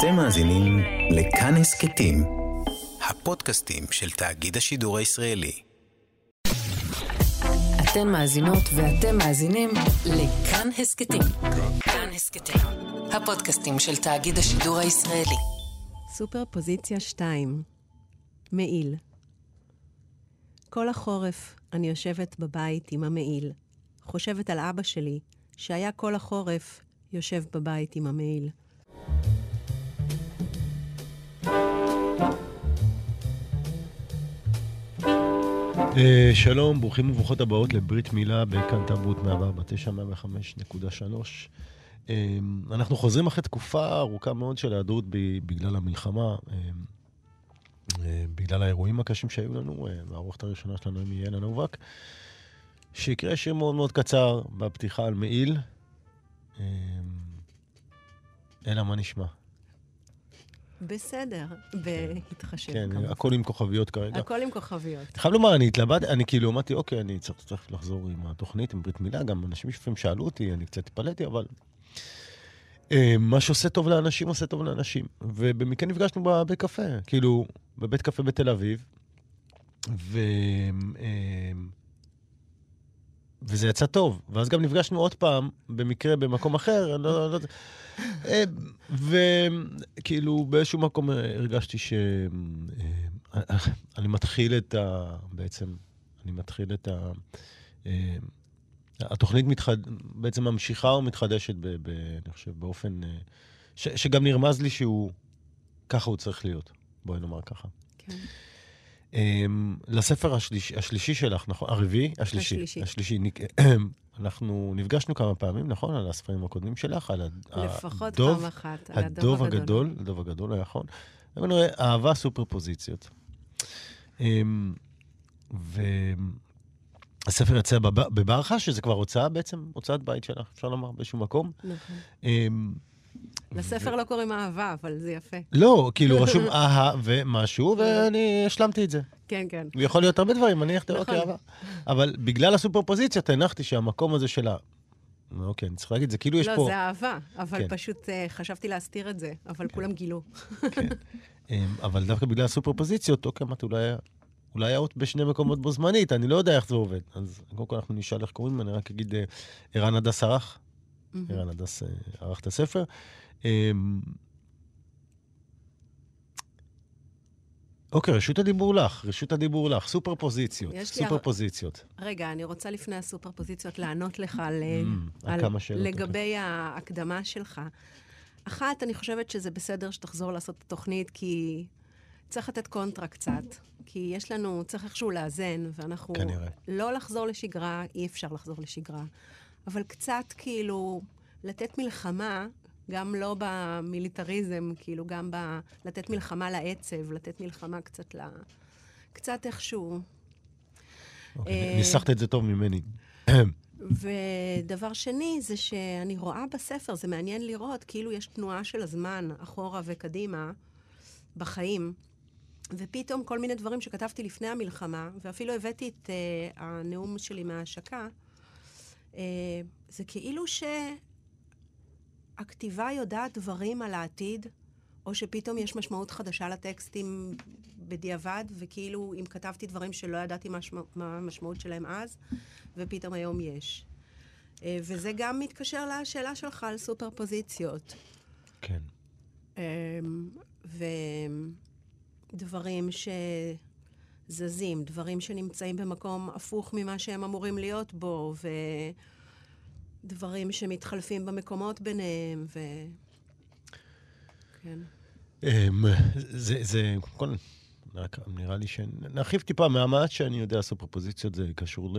אתם מאזינים לכאן הסכתים, הפודקאסטים של תאגיד השידור הישראלי. אתן מאזינות ואתם מאזינים לכאן הסכתים. כאן הסכתים, הפודקאסטים של תאגיד השידור הישראלי. סופרפוזיציה 2. מעיל. כל החורף אני יושבת בבית עם המעיל. חושבת על אבא שלי, שהיה כל החורף יושב בבית עם המעיל. שלום, ברוכים וברוכות הבאות לברית מילה בכאן תרבות 104.9 105.3. אנחנו חוזרים אחרי תקופה ארוכה מאוד של היעדרות בגלל המלחמה, בגלל האירועים הקשים שהיו לנו. העורכת הראשונה שלנו היא ילנה נובק, שיקרה שיר מאוד מאוד קצר בפתיחה על מעיל. אלא מה נשמע? בסדר, בהתחשב. כן, הכל עם כוכביות כרגע. הכל עם כוכביות. חייב לומר, אני כאילו אמרתי, אוקיי, אני צריך לחזור עם התוכנית, עם ברית מילה, גם אנשים שפעמים שאלו אותי, אני קצת התפלאתי, אבל מה שעושה טוב לאנשים, עושה טוב לאנשים. ובמקרה נפגשנו בבית קפה, כאילו, בבית קפה בתל אביב, וזה יצא טוב. ואז גם נפגשנו עוד פעם, במקרה, במקום אחר, אני לא יודע. וכאילו באיזשהו מקום הרגשתי שאני מתחיל את התוכנית בעצם ממשיכה ומתחדשת אני חושב באופן שגם נרמז לי שהוא ככה הוא צריך להיות, בואי נאמר ככה. כן. לספר השלישי שלך, נכון? הרביעי? השלישי. אנחנו נפגשנו כמה פעמים, נכון? על הספרים הקודמים שלך, על לפחות פעם אחת, על הדוב הגדול. הדוב הגדול, נכון. אבל נראה, אהבה סופרפוזיציות. והספר יצא בברכה, שזה כבר הוצאה בעצם, הוצאת בית שלך, אפשר לומר, באיזשהו מקום. נכון. לספר לא קוראים אהבה, אבל זה יפה. לא, כאילו רשום אהה ומשהו, ואני השלמתי את זה. כן, כן. הוא יכול להיות הרבה דברים, אני אכתב אותי אהבה. אבל בגלל הסופרפוזיציה, הנחתי שהמקום הזה שלה, אוקיי, אני צריך להגיד, זה כאילו יש פה... לא, זה אהבה, אבל פשוט חשבתי להסתיר את זה, אבל כולם גילו. כן. אבל דווקא בגלל הסופרפוזיציות, אוקיי, אמרתי, אולי היה עוד בשני מקומות בו זמנית, אני לא יודע איך זה עובד. אז קודם כל אנחנו נשאל איך קוראים, אני רק אגיד, ערן הדס ערך. ערן הדס ערך את הספר. אוקיי, רשות הדיבור לך, סופרפוזיציות. רגע, אני רוצה לפני הסופרפוזיציות לענות לך לגבי ההקדמה שלך. אחת, אני חושבת שזה בסדר שתחזור לעשות את התוכנית, כי צריך לתת קונטרה קצת, כי יש לנו, צריך איכשהו לאזן, ואנחנו לא לחזור לשגרה, אי אפשר לחזור לשגרה, אבל קצת כאילו לתת מלחמה, גם לא במיליטריזם, כאילו גם לתת מלחמה לעצב, לתת מלחמה קצת איכשהו. אוקיי, ניסחת את זה טוב ממני. ודבר שני, זה שאני רואה בספר, זה מעניין לראות, כאילו יש תנועה של הזמן, אחורה וקדימה, בחיים, ופתאום כל מיני דברים שכתבתי לפני המלחמה, ואפילו הבאתי את הנאום שלי מההשקה, זה כאילו הכתיבה יודעת דברים על העתיד, או שפתאום יש משמעות חדשה לטקסטים בדיעבד, וכאילו אם כתבתי דברים שלא ידעתי מה המשמעות שלהם אז, ופתאום היום יש. וזה גם מתקשר לשאלה שלך על סופרפוזיציות. כן. ודברים שזזים, דברים שנמצאים במקום הפוך ממה שהם אמורים להיות בו, דברים שמתחלפים במקומות ביניהם, כן. זה, כל נראה לי נרחיב טיפה מהמעט שאני יודע, סופרפוזיציות זה קשור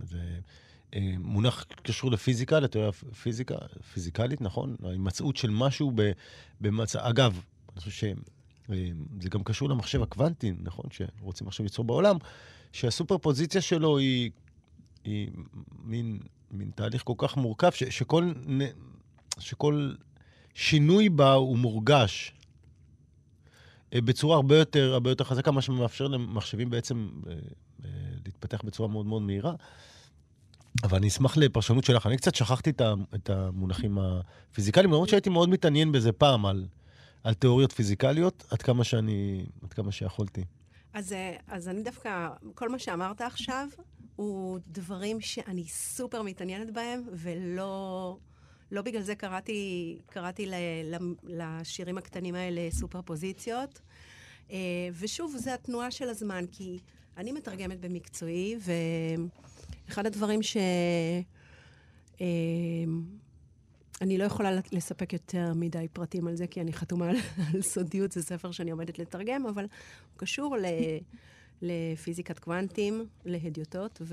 מונח קשור לפיזיקה, לתיאוריה פיזיקלית, נכון? ההימצאות של משהו במצב, אגב, אני חושב שזה גם קשור למחשב הקוונטי, נכון? שרוצים עכשיו ליצור בעולם, שהסופרפוזיציה שלו היא מין תהליך כל כך מורכב, שכל שינוי בה הוא מורגש בצורה הרבה יותר חזקה, מה שמאפשר למחשבים בעצם להתפתח בצורה מאוד מאוד מהירה. אבל אני אשמח לפרשנות שלך. אני קצת שכחתי את המונחים הפיזיקליים, למרות שהייתי מאוד מתעניין בזה פעם, על תיאוריות פיזיקליות, עד כמה שיכולתי. אז אני דווקא, כל מה שאמרת עכשיו, הוא דברים שאני סופר מתעניינת בהם, ולא בגלל זה קראתי לשירים הקטנים האלה סופר פוזיציות. ושוב, זה התנועה של הזמן, כי אני מתרגמת במקצועי, ואחד הדברים אני לא יכולה לספק יותר מדי פרטים על זה, כי אני חתומה על סודיות, זה ספר שאני עומדת לתרגם, אבל הוא קשור לפיזיקת קוונטים, להדיוטות,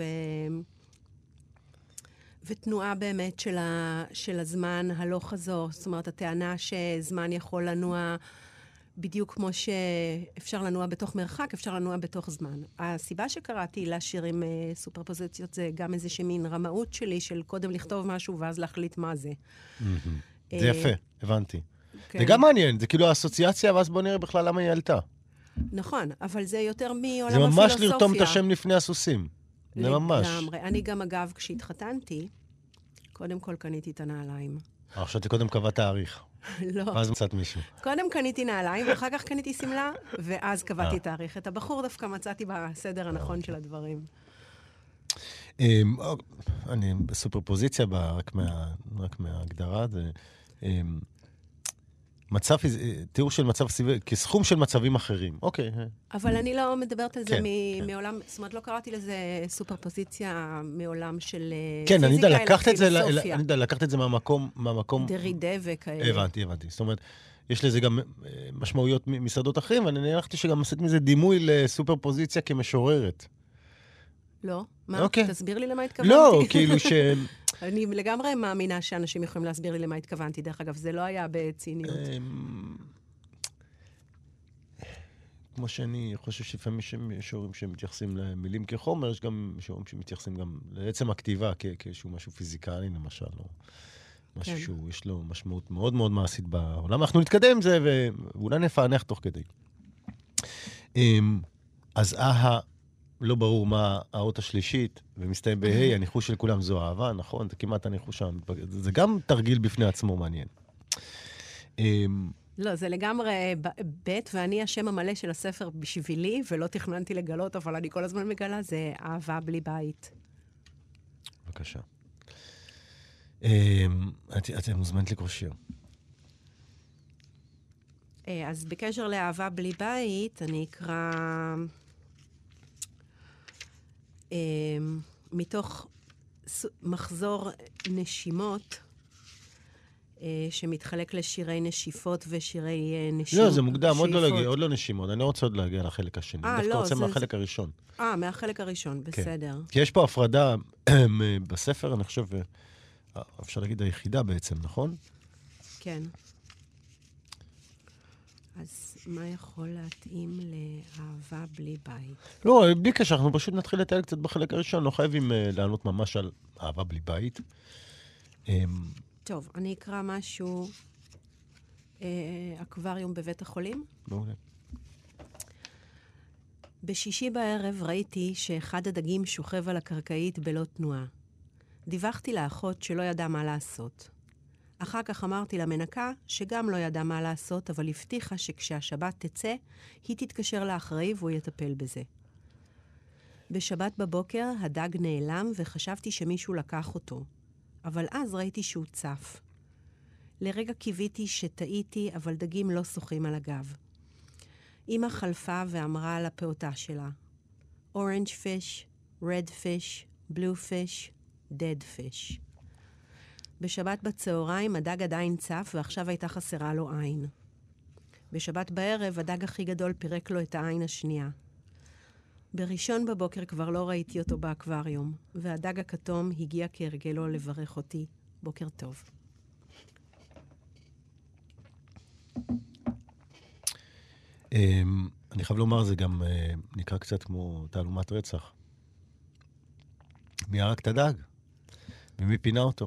ותנועה באמת של הזמן הלוך חזור. זאת אומרת, הטענה שזמן יכול לנוע בדיוק כמו שאפשר לנוע בתוך מרחק, אפשר לנוע בתוך זמן. הסיבה שקראתי לשירים סופרפוזיציות זה גם איזושהי מין רמאות שלי של קודם לכתוב משהו ואז להחליט מה זה. זה יפה, הבנתי. זה גם מעניין, זה כאילו האסוציאציה, ואז בוא נראה בכלל למה היא עלתה. נכון, אבל זה יותר מעולם הפילוסופיה. זה ממש לרתום את השם לפני הסוסים. זה ממש. אני גם, אגב, כשהתחתנתי, קודם כל קניתי את הנעליים. עכשיו קודם קבע תאריך. לא. ואז מצאת מישהו. קודם קניתי נעליים, ואחר כך קניתי סמלה, ואז קבעתי תאריך. את הבחור דווקא מצאתי בסדר הנכון של הדברים. אני בסופרפוזיציה, רק מההגדרה, זה תיאור של מצב סביבי, כסכום של מצבים אחרים. אוקיי. אבל אני לא מדברת על זה מעולם, זאת אומרת, לא קראתי לזה סופרפוזיציה מעולם של כן, אני יודע, לקחת את זה מהמקום... דרידה וכאלה. הבנתי. זאת אומרת, יש לזה גם משמעויות מסעדות אחרים, ואני נערכתי שגם עשית מזה דימוי לסופרפוזיציה כמשוררת. לא? מה? תסביר לי למה התכוונתי. לא, כאילו ש... אני לגמרי מאמינה שאנשים יכולים להסביר לי למה התכוונתי. דרך אגב, זה לא היה בציניות. כמו שאני חושב שלפעמים יש משוררים שמתייחסים למילים כחומר, יש גם משוררים שמתייחסים גם לעצם הכתיבה, כאיזשהו משהו פיזיקלי, למשל, או משהו שיש לו משמעות מאוד מאוד מעשית בעולם. אנחנו נתקדם עם זה, ואולי נפענח תוך כדי. אז לא ברור מה האות השלישית, ומסתיים בהי, הניחוש של כולם זו אהבה, נכון? זה כמעט הניחוש שם. זה גם תרגיל בפני עצמו מעניין. לא, זה לגמרי בית, ואני השם המלא של הספר בשבילי, ולא תכננתי לגלות, אבל אני כל הזמן מגלה, זה אהבה בלי בית. בבקשה. את מוזמנת לקרוא שיר. אז בקשר לאהבה בלי בית, אני אקרא... מתוך מחזור נשימות, שמתחלק לשירי נשיפות ושירי נשימות. לא, זה מוקדם, עוד לא נשימות. אני רוצה עוד להגיע לחלק השני. דווקא רוצה מהחלק הראשון. מהחלק הראשון, בסדר. כי יש פה הפרדה בספר, אני חושב, אפשר להגיד היחידה בעצם, נכון? כן. אז מה יכול להתאים לאהבה בלי בית? לא, בלי קשר, אנחנו פשוט נתחיל לטייל קצת בחלק הראשון, לא חייבים לענות ממש על אהבה בלי בית. טוב, אני אקרא משהו, אקווריום בבית החולים. מעולה. בשישי בערב ראיתי שאחד הדגים שוכב על הקרקעית בלא תנועה. דיווחתי לאחות שלא ידע מה לעשות. אחר כך אמרתי למנקה שגם לא ידע מה לעשות, אבל הבטיחה שכשהשבת תצא, היא תתקשר לאחראי והוא יטפל בזה. בשבת בבוקר הדג נעלם וחשבתי שמישהו לקח אותו, אבל אז ראיתי שהוא צף. לרגע קיוויתי שטעיתי, אבל דגים לא שוחים על הגב. אמא חלפה ואמרה על הפעוטה שלה, Orange fish, red fish, blue fish, dead fish. בשבת בצהריים הדג עדיין צף ועכשיו הייתה חסרה לו עין. בשבת בערב הדג הכי גדול פירק לו את העין השנייה. בראשון בבוקר כבר לא ראיתי אותו באקווריום, והדג הכתום הגיע כהרגלו לברך אותי. בוקר טוב. אני חייב לומר, זה גם נקרא קצת כמו תעלומת רצח. מי הרג את הדג? ומי פינה אותו?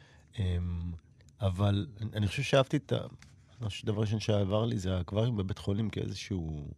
אבל אני חושב שאהבתי את הדבר ראשון שעבר לי, זה האקווריום בבית חולים כאיזשהו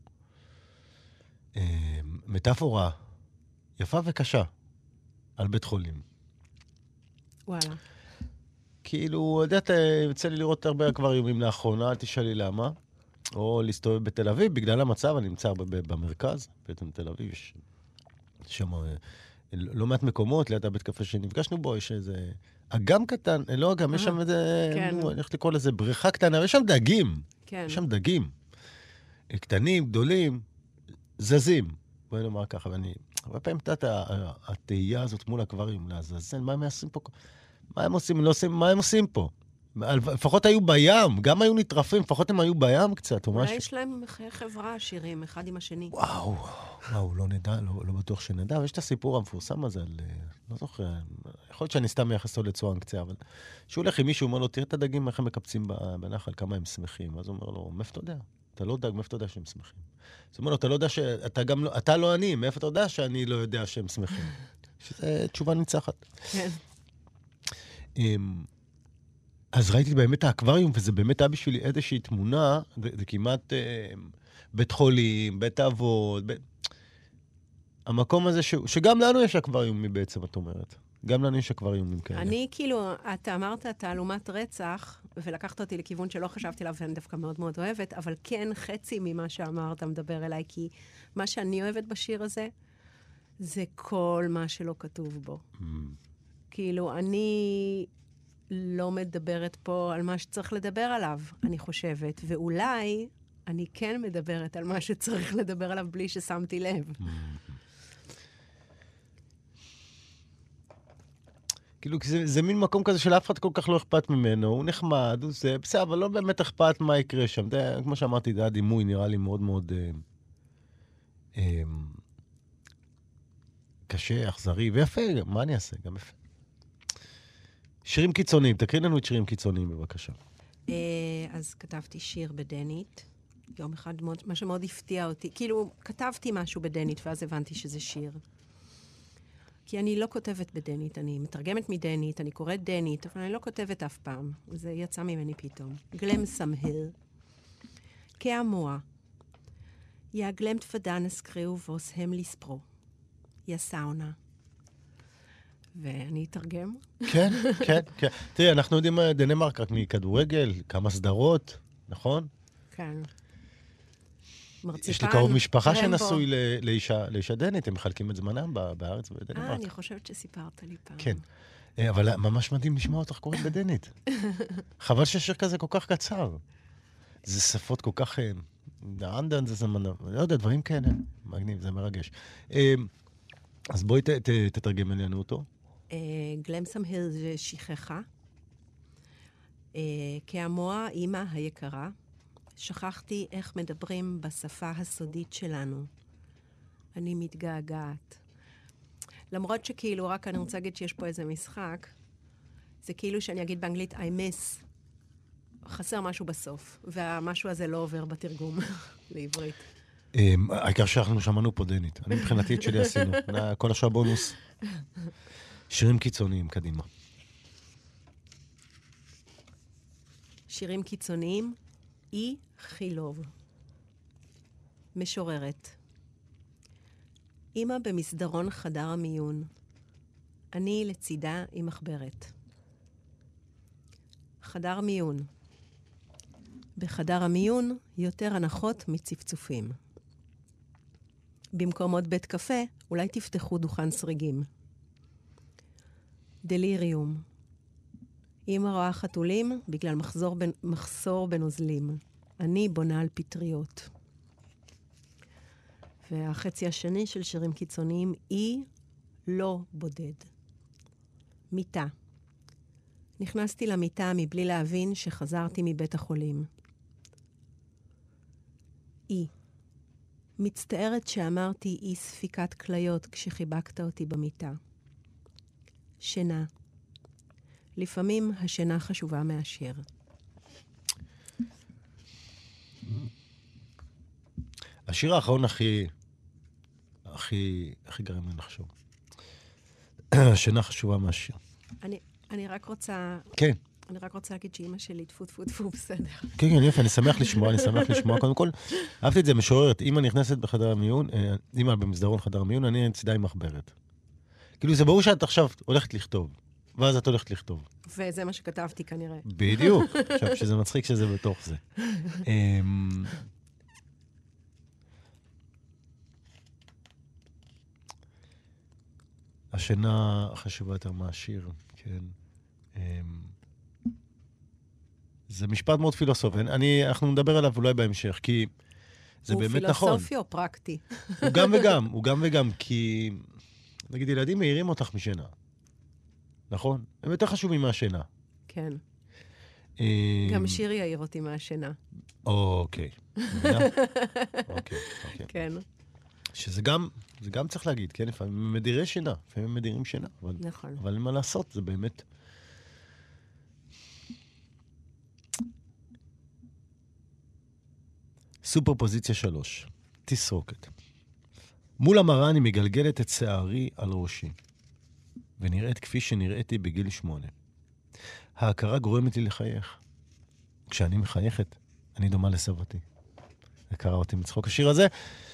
מטאפורה יפה וקשה על בית חולים. וואלה. כאילו, יודעת, יוצא לי לראות הרבה אקווריומים לאחרונה, אל תשאלי למה. או להסתובב בתל אביב, בגלל המצב, אני נמצא במרכז, בעצם תל אביב, יש שם לא מעט מקומות, ליד הבית קפה שנפגשנו בו, יש איזה אגם קטן, לא אגם, יש שם איזה, אני הולך לקרוא לזה בריכה קטנה, ויש שם דגים. יש שם דגים. קטנים, גדולים, זזים. בואי נאמר ככה, ואני, הרבה פעמים תת התהייה הזאת מול הקברים, לעזאזל, מה הם עושים פה? מה הם עושים? לא עושים, מה הם עושים פה? לפחות היו בים, גם היו נטרפים, לפחות הם היו בים קצת, או משהו. יש להם חיי חברה עשירים, אחד עם השני. וואו, לא נדע, לא בטוח שנדע, ויש את הסיפור המפורסם הזה, לא זוכר, יכול להיות שאני סתם מייחס לו לצורן קצה, אבל שהוא הולך עם מישהו, הוא אומר לו, תראה את הדגים, איך הם מקפצים בנחל, כמה הם שמחים, אז הוא אומר לו, מאיפה אתה יודע? אתה לא דג, מאיפה אתה יודע שהם שמחים? זאת אומרת, אתה לא יודע אתה לא אני, מאיפה אתה יודע שאני לא יודע שהם שמחים? שזו תשובה ניצחת. כן. אז ראיתי באמת האקווריום, וזה באמת היה בשבילי איזושהי תמונה, זה כמעט בית חולים, בית אבות, המקום הזה שגם לנו יש אקווריומים בעצם, את אומרת. גם לנו יש אקווריומים כאלה. אני כאילו, אתה אמרת תעלומת רצח, ולקחת אותי לכיוון שלא חשבתי עליו, ואני דווקא מאוד מאוד אוהבת, אבל כן חצי ממה שאמרת מדבר אליי, כי מה שאני אוהבת בשיר הזה, זה כל מה שלא כתוב בו. כאילו, אני לא מדברת פה על מה שצריך לדבר עליו, אני חושבת, ואולי אני כן מדברת על מה שצריך לדבר עליו בלי ששמתי לב. כאילו, זה מין מקום כזה שלאף אחד כל כך לא אכפת ממנו, הוא נחמד, הוא זה, בסדר, אבל לא באמת אכפת מה יקרה שם. כמו שאמרתי, זה הדימוי נראה לי מאוד מאוד קשה, אכזרי, ויפה, מה אני אעשה? גם יפה. שירים קיצוניים, תקריא לנו את שירים קיצוניים, בבקשה. אז כתבתי שיר בדנית, יום אחד, מה שמאוד הפתיע אותי, כאילו, כתבתי משהו בדנית, ואז הבנתי שזה שיר. כי אני לא כותבת בדנית, אני מתרגמת מדנית, אני קוראת דנית, אבל אני לא כותבת אף פעם. זה יצא ממני פתאום. גלם סמהל. כאמוע. יא גלמת פדנס קריאו ווס המליס פרו. יא סאונה. ואני אתרגם. כן, כן, כן. תראי, אנחנו יודעים דנמרק רק מכדורגל, כמה סדרות, נכון? כן. מרציפן. יש לי קרוב משפחה שנשוי לאישה דנית, הם מחלקים את זמנם בארץ בדנמרק. אני חושבת שסיפרת לי פעם. כן, אבל ממש מדהים לשמוע אותך קוראת בדנית. חבל ששיר כזה כל כך קצר. זה שפות כל כך... אנדן זה זמן... לא יודע, דברים כאלה. מגניב, זה מרגש. אז בואי תתרגם אלינו אותו. גלם סמהל זה שכחה. כאמוע, אמא היקרה. שכחתי איך מדברים בשפה הסודית שלנו. אני מתגעגעת. למרות שכאילו, רק אני רוצה להגיד שיש פה איזה משחק, זה כאילו שאני אגיד באנגלית, I miss, חסר משהו בסוף, והמשהו הזה לא עובר בתרגום לעברית. העיקר שאנחנו שמענו פה דנית. אני מבחינתי את שלי עשינו. כל השעה בונוס. שירים קיצוניים, קדימה. שירים קיצוניים, אי חילוב. משוררת. אמא במסדרון חדר המיון. אני לצידה עם מחברת. חדר מיון. בחדר המיון יותר הנחות מצפצופים. במקום עוד בית קפה, אולי תפתחו דוכן סריגים. דליריום. אמא רואה חתולים בגלל מחסור בנוזלים. אני בונה על פטריות. והחצי השני של שירים קיצוניים, אי לא בודד. מיטה. נכנסתי למיטה מבלי להבין שחזרתי מבית החולים. אי. מצטערת שאמרתי אי ספיקת כליות כשחיבקת אותי במיטה. שינה. לפעמים השינה חשובה מהשיר. השיר האחרון הכי גרם לי לחשוב. השינה חשובה מהשיר. אני רק רוצה... כן. אני רק רוצה להגיד שאמא שלי טפו טפו טפו בסדר. כן, כן, יפה, אני שמח לשמוע. קודם כל, אהבתי את זה, משוררת. אמא נכנסת בחדר המיון, אמא במסדרון חדר המיון, אני צידה עם מחברת. כאילו, זה ברור שאת עכשיו הולכת לכתוב. ואז את הולכת לכתוב. וזה מה שכתבתי כנראה. בדיוק. עכשיו, שזה מצחיק שזה בתוך זה. השינה חשובה יותר מהשיר, כן. זה משפט מאוד פילוסופי. אנחנו נדבר עליו אולי בהמשך, כי זה באמת נכון. הוא פילוסופי או פרקטי? הוא גם וגם, כי נגיד ילדים מעירים אותך משינה. נכון? הם יותר חשובים מהשינה. כן. גם שיר יעיר אותי מהשינה. אוקיי. אוקיי. כן. שזה גם צריך להגיד, כן? לפעמים מדירי שינה, לפעמים מדירים שינה. נכון. אבל מה לעשות, זה באמת... סופרפוזיציה 3, תסרוקת. מול המראה אני מגלגלת את שערי על ראשי, ונראית כפי שנראיתי בגיל 8. ההכרה גורמת לי לחייך. כשאני מחייכת, אני דומה לסבתי. זה קרא אותי מצחוק השיר הזה.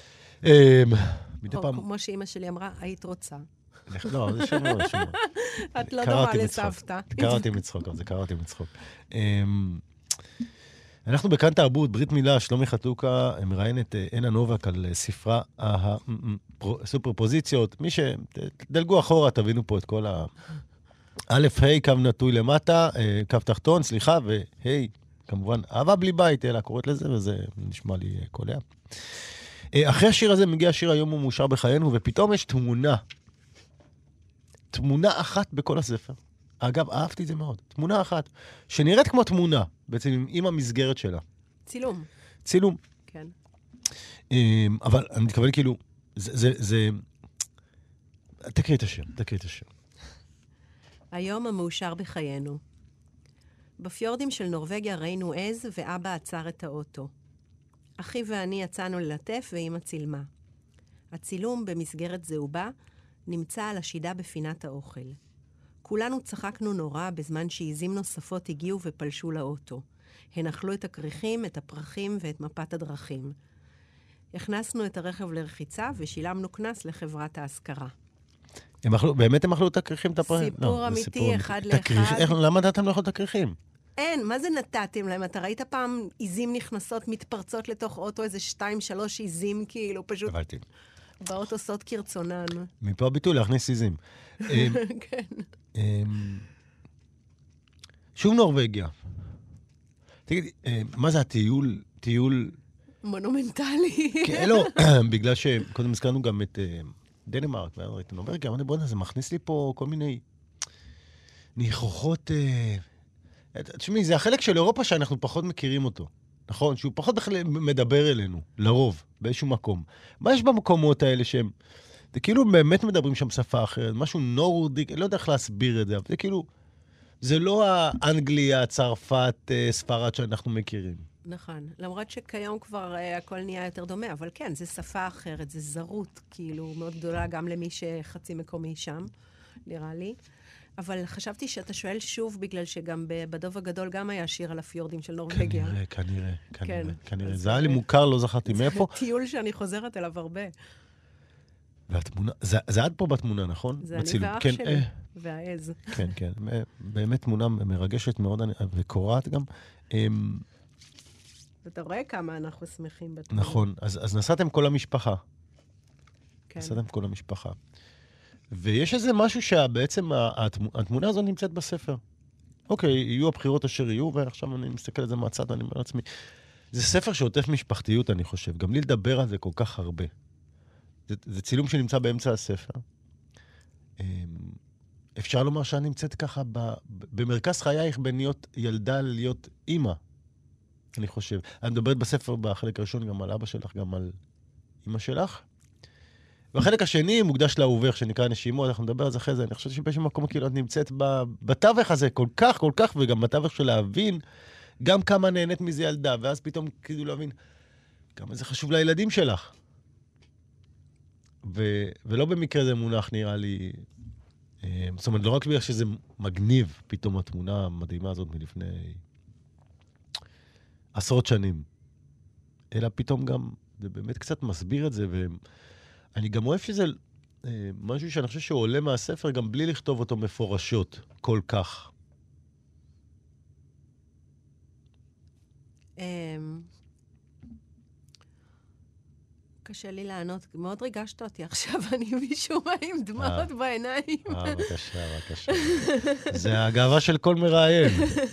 או כמו שאמא שלי אמרה, היית רוצה. לא, זה שיר מאוד. את לא דומה לסבתא. זה קרא אותי מצחוק. אנחנו בכאן תרבות, ברית מילה, שלומי חתוקה, מראיין את ענה נובק על ספרה הסופרפוזיציות. מי שדלגו אחורה, תבינו פה את כל א', ה', קו נטוי למטה, קו תחתון, סליחה, וה', כמובן, אהבה בלי בית, אלא קוראת לזה, וזה נשמע לי קולע. אחרי השיר הזה מגיע השיר היום הוא מאושר בחיינו, ופתאום יש תמונה אחת בכל הספר. אגב, אהבתי את זה מאוד. תמונה אחת, שנראית כמו תמונה, בעצם עם המסגרת שלה. צילום. כן. אבל אני מתכוון כאילו, תקריא את השיר. היום המאושר בחיינו. בפיורדים של נורווגיה ראינו עז ואבא עצר את האוטו. אחי ואני יצאנו ללטף ואמא צילמה. הצילום במסגרת זהובה נמצא על השידה בפינת האוכל. כולנו צחקנו נורא בזמן שעיזים נוספות הגיעו ופלשו לאוטו. הן אכלו את הכריכים, את הפרחים ואת מפת הדרכים. הכנסנו את הרכב לרחיצה ושילמנו כנס לחברת ההשכרה. באמת הם אכלו את הכריכים, את הפרחים? סיפור אמיתי, אחד לאחד. למה נתתם לאכול את הכריכים? אין, מה זה נתתם להם? אתה ראית פעם עיזים נכנסות, מתפרצות לתוך אוטו, איזה 2-3 עיזים, כאילו, פשוט... הבנתי. באות עושות כרצונן. מפה ביטוי להכניס עיזים. כן. שוב נורווגיה. תגידי, מה זה טיול... מונומנטלי. כן, לא, בגלל שקודם הזכרנו גם את דנמרק, ואת נורווגיה, אמרתי, בוא'נה, זה מכניס לי פה כל מיני ניחוחות... תשמעי, זה החלק של אירופה שאנחנו פחות מכירים אותו. נכון? שהוא פחות בכלל מדבר אלינו, לרוב, באיזשהו מקום. מה יש במקומות האלה שהם... זה כאילו באמת מדברים שם שפה אחרת, משהו נורדיק, אני לא יודע איך להסביר את זה, אבל זה כאילו... זה לא האנגליה, צרפת, ספרד שאנחנו מכירים. נכון. למרות שכיום כבר הכל נהיה יותר דומה, אבל כן, זה שפה אחרת, זה זרות, כאילו, מאוד גדולה גם למי שחצי מקומי שם, נראה לי. אבל חשבתי שאתה שואל שוב, בגלל שגם בדוב הגדול גם היה שיר על הפיורדים של נורווגיה. כנראה. זה היה לי מוכר, לא זכרתי מאיפה. זה טיול שאני חוזרת אליו הרבה. והתמונה, זה עד פה בתמונה, נכון? זה אני ואח שלי, והעז. כן. באמת תמונה מרגשת מאוד, וקוראת גם. ואתה רואה כמה אנחנו שמחים בתמונה. נכון, אז נסעתם כל המשפחה. כן. נסעתם כל המשפחה. ויש איזה משהו שבעצם התמונה הזו נמצאת בספר. אוקיי, יהיו הבחירות אשר יהיו, ועכשיו אני מסתכל על זה מהצד, אני אומר לעצמי, זה ספר שעוטף משפחתיות, אני חושב. גם לי לדבר על זה כל כך הרבה. זה צילום שנמצא באמצע הספר. אפשר לומר שאני נמצאת ככה במרכז חייך בין להיות ילדה להיות אימא, אני חושב. אני מדברת בספר בחלק הראשון גם על אבא שלך, גם על אימא שלך. והחלק השני מוקדש לאהובך, שנקרא נשימות, אנחנו נדבר על זה אחרי זה. אני חושב שבאיזשהו מקום כאילו את נמצאת בתווך הזה כל כך, וגם בתווך של להבין גם כמה נהנית מזה ילדה, ואז פתאום כאילו להבין כמה זה חשוב לילדים שלך. ולא במקרה זה מונח נראה לי, זאת אומרת, לא רק בגלל שזה מגניב, פתאום התמונה המדהימה הזאת מלפני עשרות שנים, אלא פתאום גם, זה באמת קצת מסביר את זה, ואני גם אוהב שזה, משהו שאני חושב שהוא עולה מהספר, גם בלי לכתוב אותו מפורשות, כל כך. קשה לי לענות, מאוד ריגשת אותי עכשיו, אני משום מה עם דמעות בעיניים. בבקשה. זה הגאווה של כל מראיין.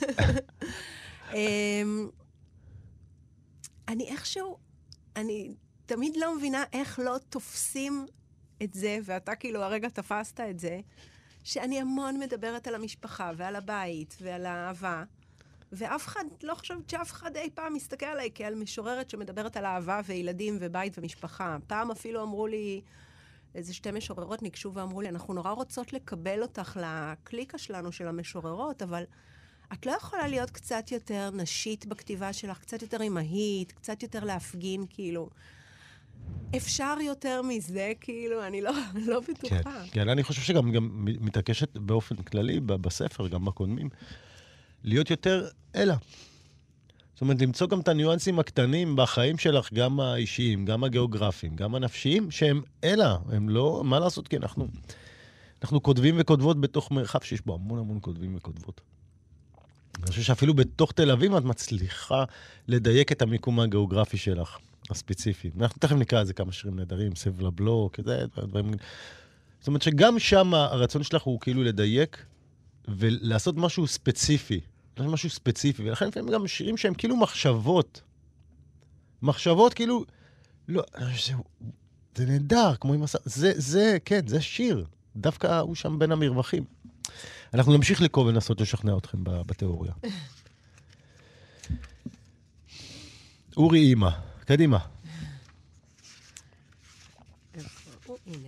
אני תמיד לא מבינה איך לא תופסים את זה, ואתה כאילו הרגע תפסת את זה, שאני המון מדברת על המשפחה ועל הבית ועל האהבה, ואף אחד, לא חושבת שאף אחד אי פעם מסתכל עליי כעל משוררת שמדברת על אהבה וילדים ובית ומשפחה. פעם אפילו אמרו לי, איזה 2 משוררות ניגשו ואמרו לי, אנחנו נורא רוצות לקבל אותך לקליקה שלנו של המשוררות, אבל את לא יכולה להיות קצת יותר נשית בכתיבה שלך, קצת יותר אימהית, קצת יותר להפגין, כאילו. אפשר יותר מזה, כאילו, אני לא בטוחה. כן, אני חושב שגם מתעקשת באופן כללי, בספר, גם בקודמים, להיות יותר אלה. זאת אומרת, למצוא גם את הניואנסים הקטנים בחיים שלך, גם האישיים, גם הגיאוגרפיים, גם הנפשיים, שהם אלה. הם לא, מה לעשות? כי אנחנו כותבים וכותבות בתוך מרחב שיש בו המון כותבים וכותבות. אני חושב שאפילו בתוך תל אביב את מצליחה לדייק את המיקום הגיאוגרפי שלך, הספציפי. אנחנו תכף נקרא על זה כמה שירים נהדרים, סב לבלו, כזה, דברים. זאת אומרת שגם שם הרצון שלך הוא כאילו לדייק ולעשות משהו ספציפי. משהו ספציפי, ולכן לפעמים גם שירים שהם כאילו מחשבות. מחשבות כאילו, לא, זה נהדר, כמו עם כן, זה שיר. דווקא הוא שם בין המרווחים. אנחנו נמשיך לקרוא ולנסות לשכנע אתכם בתיאוריה. אורי אימא, קדימה. הנה.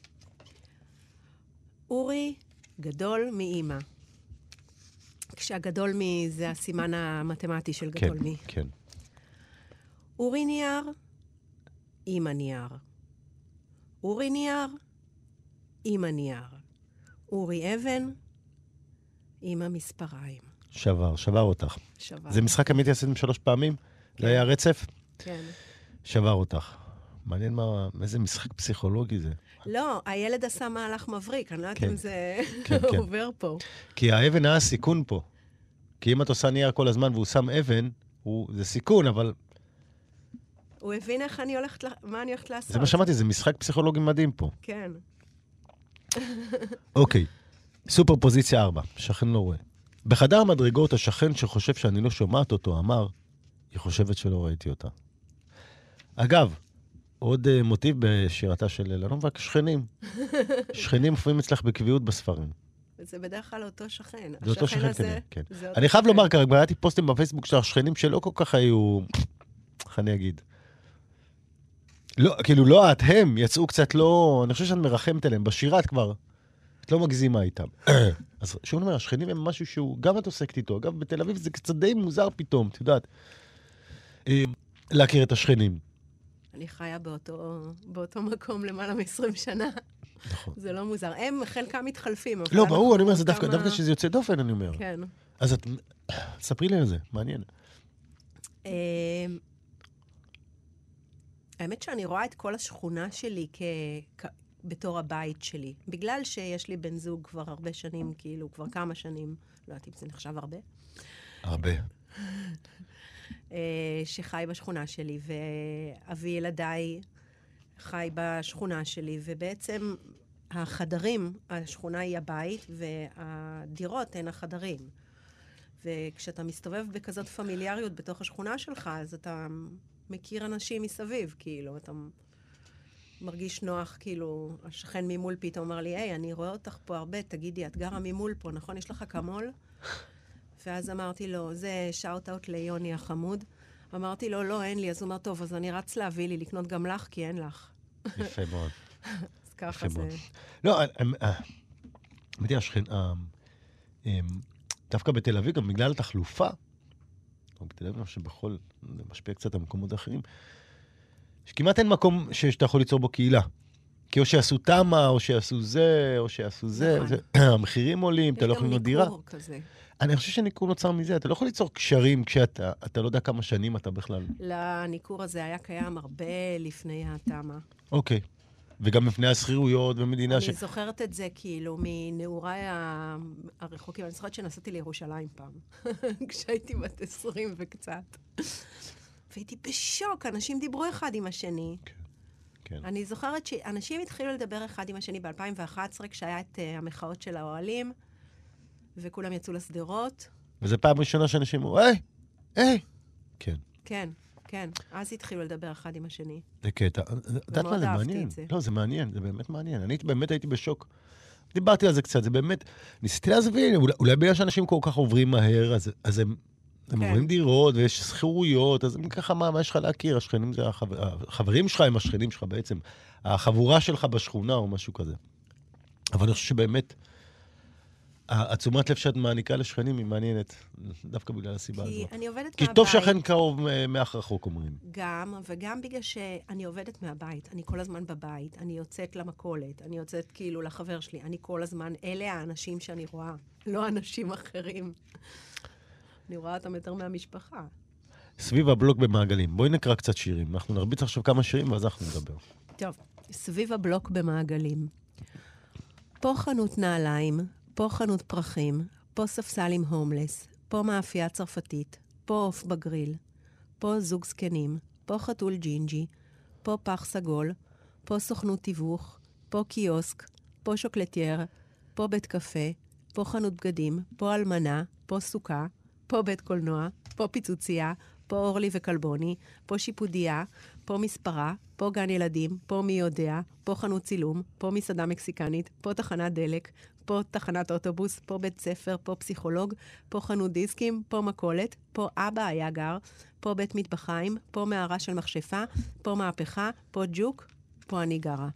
אורי גדול מאימא. כשהגדול מי זה הסימן המתמטי של גדול מי. כן. אורי נייר, אימא נייר. אורי נייר, אימא נייר. אורי אבן, אימא מספריים. שבר אותך. שבר. זה משחק אמיתי עשיתם 3 פעמים? כן. זה היה רצף? כן. שבר אותך. מעניין איזה משחק פסיכולוגי זה. לא, הילד עשה מהלך מבריק, אני לא יודעת אם זה עובר פה. כי האבן היה סיכון פה. כי אם את עושה נייר כל הזמן והוא שם אבן, זה סיכון, אבל... הוא הבין איך מה אני הולכת לעשות. זה מה שמעתי, זה משחק פסיכולוגי מדהים פה. כן. אוקיי, סופר פוזיציה 4, שכן לא רואה. בחדר המדרגות השכן שחושב שאני לא שומעת אותו אמר, היא חושבת שלא ראיתי אותה. אגב, עוד מוטיב בשירתה של לנובק, שכנים. שכנים מופיעים אצלך בקביעות בספרים. זה בדרך כלל אותו שכן. זה אותו שכן כנראה, כן. זה אני חייב לומר, כרגע, ראיתי פוסטים בפייסבוק של השכנים שלא כל כך היו, איך אני אגיד? לא, כאילו לא את, הם יצאו קצת לא, אני חושב שאת מרחמת אליהם, בשירת כבר, את לא מגזימה איתם. אז שוב נאמר, השכנים הם משהו שהוא, גם את עוסקת איתו, אגב, בתל אביב זה קצת די מוזר פתאום, את יודעת, להכיר את השכנים. אני חיה באותו מקום למעלה מ-20 שנה. נכון. זה לא מוזר. הם חלקם מתחלפים. לא, ברור, אני אומר, זה דווקא שזה יוצא דופן, אני אומר. כן. אז את, ספרי לי על זה, מעניין. האמת שאני רואה את כל השכונה שלי בתור הבית שלי. בגלל שיש לי בן זוג כבר הרבה שנים, כאילו, כבר כמה שנים, לא יודעת אם זה נחשב הרבה. הרבה. שחי בשכונה שלי, ואבי ילדיי חי בשכונה שלי, ובעצם החדרים, השכונה היא הבית, והדירות הן החדרים. וכשאתה מסתובב בכזאת פמיליאריות בתוך השכונה שלך, אז אתה מכיר אנשים מסביב, כאילו, אתה מרגיש נוח, כאילו, השכן ממול פתאום אומר לי, היי, אני רואה אותך פה הרבה, תגידי, את גרה ממול פה, נכון? יש לך כמול? ואז אמרתי לו, זה שאוט-אוט ליוני החמוד. אמרתי לו, לא, אין לי. אז הוא אמר, טוב, אז אני רץ להביא לי, לקנות גם לך, כי אין לך. יפה מאוד. אז ככה זה... לא, אמרתי, השכן, דווקא בתל אביב, גם בגלל התחלופה, או בתל אביב, שבכל, זה משפיע קצת על מקומות אחרים, שכמעט אין מקום שאתה יכול ליצור בו קהילה. כי או שיעשו תמה, או שיעשו זה, או שיעשו זה. המחירים עולים, אתה לא יכול לבנות דירה. יש גם ניכור כזה. אני חושב שניכור נוצר מזה. אתה לא יכול ליצור קשרים כשאתה לא יודע כמה שנים אתה בכלל. לניכור הזה היה קיים הרבה לפני התמה. אוקיי. וגם מפני הסחירויות ומדינה אני זוכרת את זה כאילו מנעוריי הרחוקים. אני זוכרת שנסעתי לירושלים פעם, כשהייתי בת 20 וקצת. והייתי בשוק, אנשים דיברו אחד עם השני. כן. אני זוכרת שאנשים התחילו לדבר אחד עם השני ב-2011, כשהיה את המחאות של האוהלים, וכולם יצאו לסדרות. וזו פעם ראשונה שאנשים אמרו, היי! כן. כן, כן. אז התחילו לדבר אחד עם השני. זה קטע. ומאוד אהבתי את זה. לא, זה מעניין, זה באמת מעניין. אני באמת הייתי בשוק. דיברתי על זה קצת, זה באמת... ניסיתי להסביר, אולי בגלל שאנשים כל כך עוברים מהר, אז הם עוברים דירות, ויש סחירויות, אז ככה, מה יש לך להכיר? השכנים זה החברים שלך הם השכנים שלך בעצם. החבורה שלך בשכונה או משהו כזה. אבל אני חושב שבאמת, התשומת לב שאת מעניקה לשכנים היא מעניינת, דווקא בגלל הסיבה הזאת. כי אני עובדת מהבית. כי טוב שכן קרוב מאח רחוק, אומרים. גם, וגם בגלל שאני עובדת מהבית. אני כל הזמן בבית. אני יוצאת למכולת. אני יוצאת כאילו לחבר שלי. אני כל הזמן, אלה האנשים שאני רואה. לא אנשים אחרים. אני רואה אותם יותר מהמשפחה. סביב הבלוק במעגלים. בואי נקרא קצת שירים. אנחנו נרביץ עכשיו כמה שירים, ואז אנחנו נדבר. טוב, סביב הבלוק במעגלים. פה חנות נעליים, פה חנות פרחים, פה ספסל עם הומלס, פה מאפייה צרפתית, פה עוף בגריל, פה זוג זקנים, פה חתול ג'ינג'י, פה פח סגול, פה סוכנות תיווך, פה קיוסק, פה שוקלטייר, פה בית קפה, פה חנות בגדים, פה אלמנה, פה סוכה, פה בית קולנוע, פה פיצוצייה, פה אורלי וקלבוני, פה שיפודיה, פה מספרה, פה גן ילדים, פה מי יודע, פה חנות צילום, פה מסעדה מקסיקנית, פה תחנת דלק, פה תחנת אוטובוס, פה בית ספר, פה פסיכולוג, פה חנות דיסקים, פה מקולת, פה אבא היה גר, פה בית מטבחיים, פה מערה של מכשפה, פה מהפכה, פה ג'וק, פה אני גרה.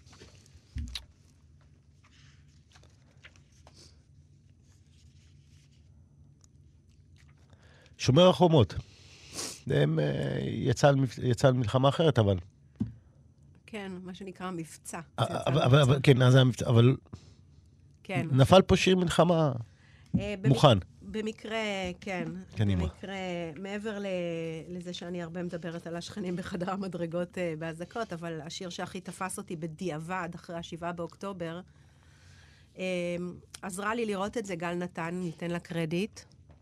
שומר החומות. הם יצא על מלחמה אחרת, אבל... כן, מה שנקרא מבצע. כן, אז היה מבצע, אבל... כן. נפל פה שיר מלחמה מוכן. במקרה, כן. במקרה, מעבר לזה שאני הרבה מדברת על השכנים בחדר המדרגות בהזקות, אבל השיר שהכי תפס אותי בדיעבד, אחרי 7 באוקטובר, עזרה לי לראות את זה גל נתן, ניתן לה קרדיט.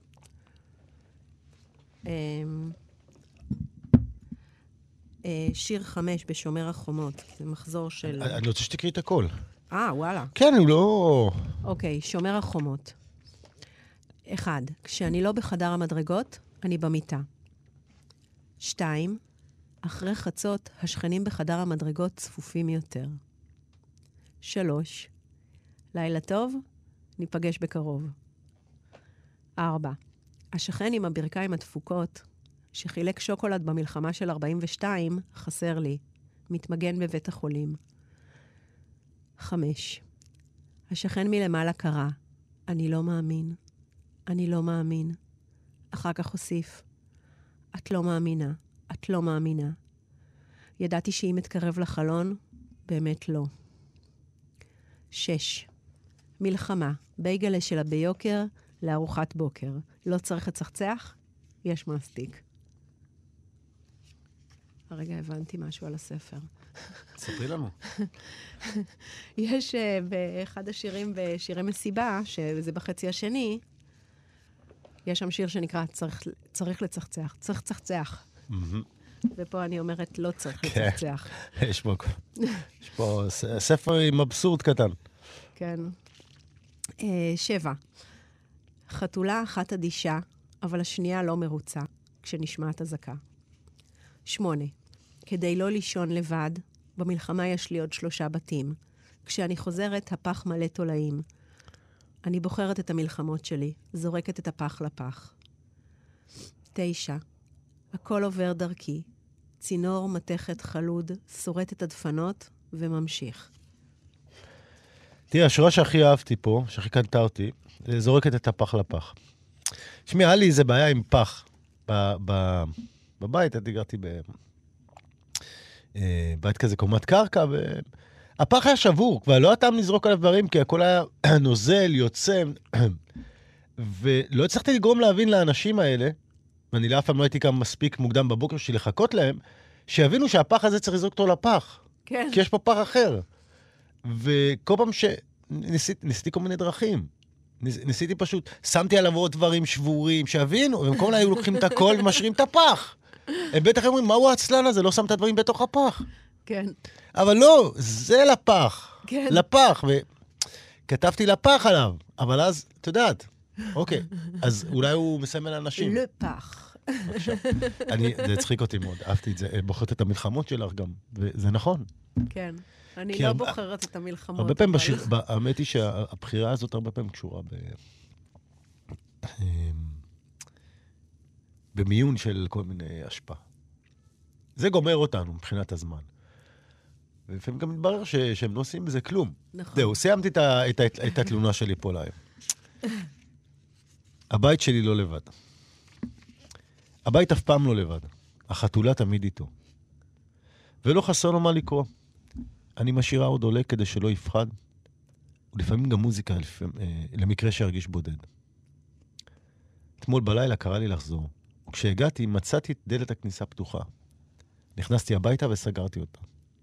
שיר 5 בשומר החומות, זה מחזור של... אני רוצה שתקריא את הכל. וואלה. כן, הוא לא... אוקיי, שומר החומות. 1. כשאני לא בחדר המדרגות, אני במיטה. 2. אחרי חצות, השכנים בחדר המדרגות צפופים יותר. 3. לילה טוב, ניפגש בקרוב. 4. השכן עם הברכיים הדפוקות, שחילק שוקולד במלחמה של 42, חסר לי. מתמגן בבית החולים. 5. השכן מלמעלה קרא, אני לא מאמין. אני לא מאמין. אחר כך הוסיף, את לא מאמינה. את לא מאמינה. ידעתי שאם אתקרב לחלון, באמת לא. 6. מלחמה. בייגלה שלה ביוקר לארוחת בוקר. לא צריך לצחצח? יש מספיק. הרגע הבנתי משהו על הספר. ספרי לנו. יש באחד השירים, בשירי מסיבה, שזה בחצי השני, יש שם שיר שנקרא צריך לצחצח. צריך לצחצח. ופה אני אומרת, לא צריך לצחצח. יש פה ספר עם אבסורד קטן. כן. 7. חתולה אחת אדישה, אבל השנייה לא מרוצה, כשנשמעת הזקה. 8. כדי לא לישון לבד, במלחמה יש לי עוד 3 בתים. כשאני חוזרת, הפח מלא תולעים. אני בוחרת את המלחמות שלי, זורקת את הפח לפח. 9. הכל עובר דרכי. צינור מתכת חלוד, שורט את הדפנות וממשיך. תראה, השורה שהכי אהבתי פה, שהכי קנתה אותי, זה זורקת את הפח לפח. תשמעי, היה לי איזה בעיה עם פח. בבית, אני גרתי בבית כזה קומת קרקע, הפח היה שבור, כבר לא הטעם לזרוק עליו דברים, כי הכל היה נוזל, יוצא, ולא הצלחתי לגרום להבין לאנשים האלה, ואני לאף פעם לא הייתי כאן מספיק מוקדם בבוקר שלי לחכות להם, שיבינו שהפח הזה צריך לזרוק אותו לפח. כן. כי יש פה פח אחר. וכל פעם ניסיתי כל מיני דרכים. ניסיתי פשוט, שמתי עליו עוד דברים שבורים, שהבינו, ובמקום לה היו לוקחים את הכל ומשאירים את הפח. הם בטח אומרים, מהו העצלן הזה? לא שם את הדברים בתוך הפח. כן. אבל לא, זה לפח. כן. לפח. וכתבתי לפח עליו. אבל אז, את יודעת, אוקיי, אז אולי הוא מסמל אנשים. לפח. עכשיו, זה הצחיק אותי מאוד, אהבתי את זה. בוחרת את המלחמות שלך גם, וזה נכון. כן. אני לא בוחרת את המלחמות. הרבה פעמים האמת היא שהבחירה הזאת הרבה פעמים קשורה במיון של כל מיני השפעה. זה גומר אותנו מבחינת הזמן. ולפעמים גם מתברר שהם לא עושים בזה כלום. נכון. זהו, סיימתי את התלונה שלי פה להיום. הבית שלי לא לבד. הבית אף פעם לא לבד. החתולה תמיד איתו. ולא חסר לו מה לקרוא. אני משאירה עוד עולה כדי שלא יפחד. ולפעמים גם מוזיקה, למקרה שירגיש בודד. אתמול בלילה קרא לי לחזור. וכשהגעתי, מצאתי את דלת הכניסה פתוחה. נכנסתי הביתה וסגרתי אותה.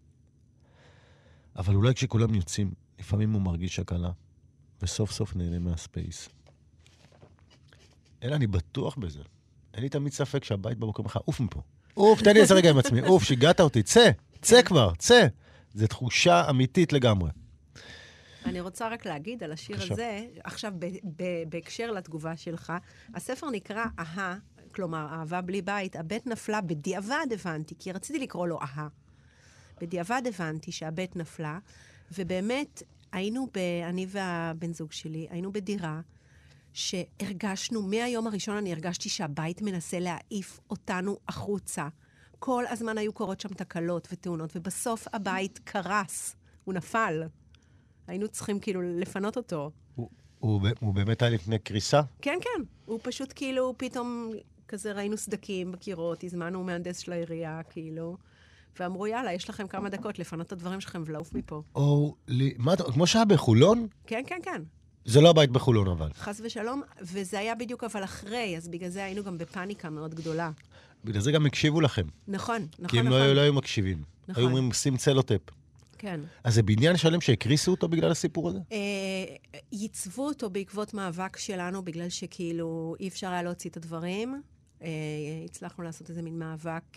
אבל אולי כשכולם יוצאים, לפעמים הוא מרגיש הקלה, וסוף סוף נהנה מהספייס. אלא אני בטוח בזה. אין לי תמיד ספק שהבית במקום לך, אוף מפה. אוף, תן לי איזה רגע עם עצמי. אוף, שיגעת אותי. צא כבר, צא. זו תחושה אמיתית לגמרי. אני רוצה רק להגיד על השיר הזה, עכשיו בהקשר לתגובה שלך, הספר נקרא אהה, כלומר, אהבה בלי בית, הבית נפלה בדיעבד הבנתי, כי רציתי לקרוא לו אהה. בדיעבד הבנתי שהבית נפלה, ובאמת אני והבן זוג שלי, היינו בדירה, שהרגשנו, מהיום הראשון אני הרגשתי שהבית מנסה להעיף אותנו החוצה. כל הזמן היו קורות שם תקלות ותאונות, ובסוף הבית קרס, הוא נפל. היינו צריכים כאילו לפנות אותו. הוא באמת היה לפני קריסה? כן, כן. הוא פשוט כאילו, פתאום כזה ראינו סדקים בקירות, הזמנו מהנדס של העירייה, כאילו, ואמרו, יאללה, יש לכם כמה דקות לפנות את הדברים שלכם ולעוף מפה. כמו שהיה בחולון? כן, כן, כן. זה לא הבית בחולון, אבל. חס ושלום, וזה היה בדיוק אבל אחרי, אז בגלל זה היינו גם בפאניקה מאוד גדולה. בגלל זה גם הקשיבו לכם. נכון, נכון. כי הם לא היו מקשיבים. היו אומרים, שים צלוטפ. כן. אז זה בניין שלם שהקריסו אותו בגלל הסיפור הזה? ייצבו אותו בעקבות מאבק שלנו, בגלל שכאילו אי אפשר היה להוציא את הדברים. הצלחנו לעשות איזה מין מאבק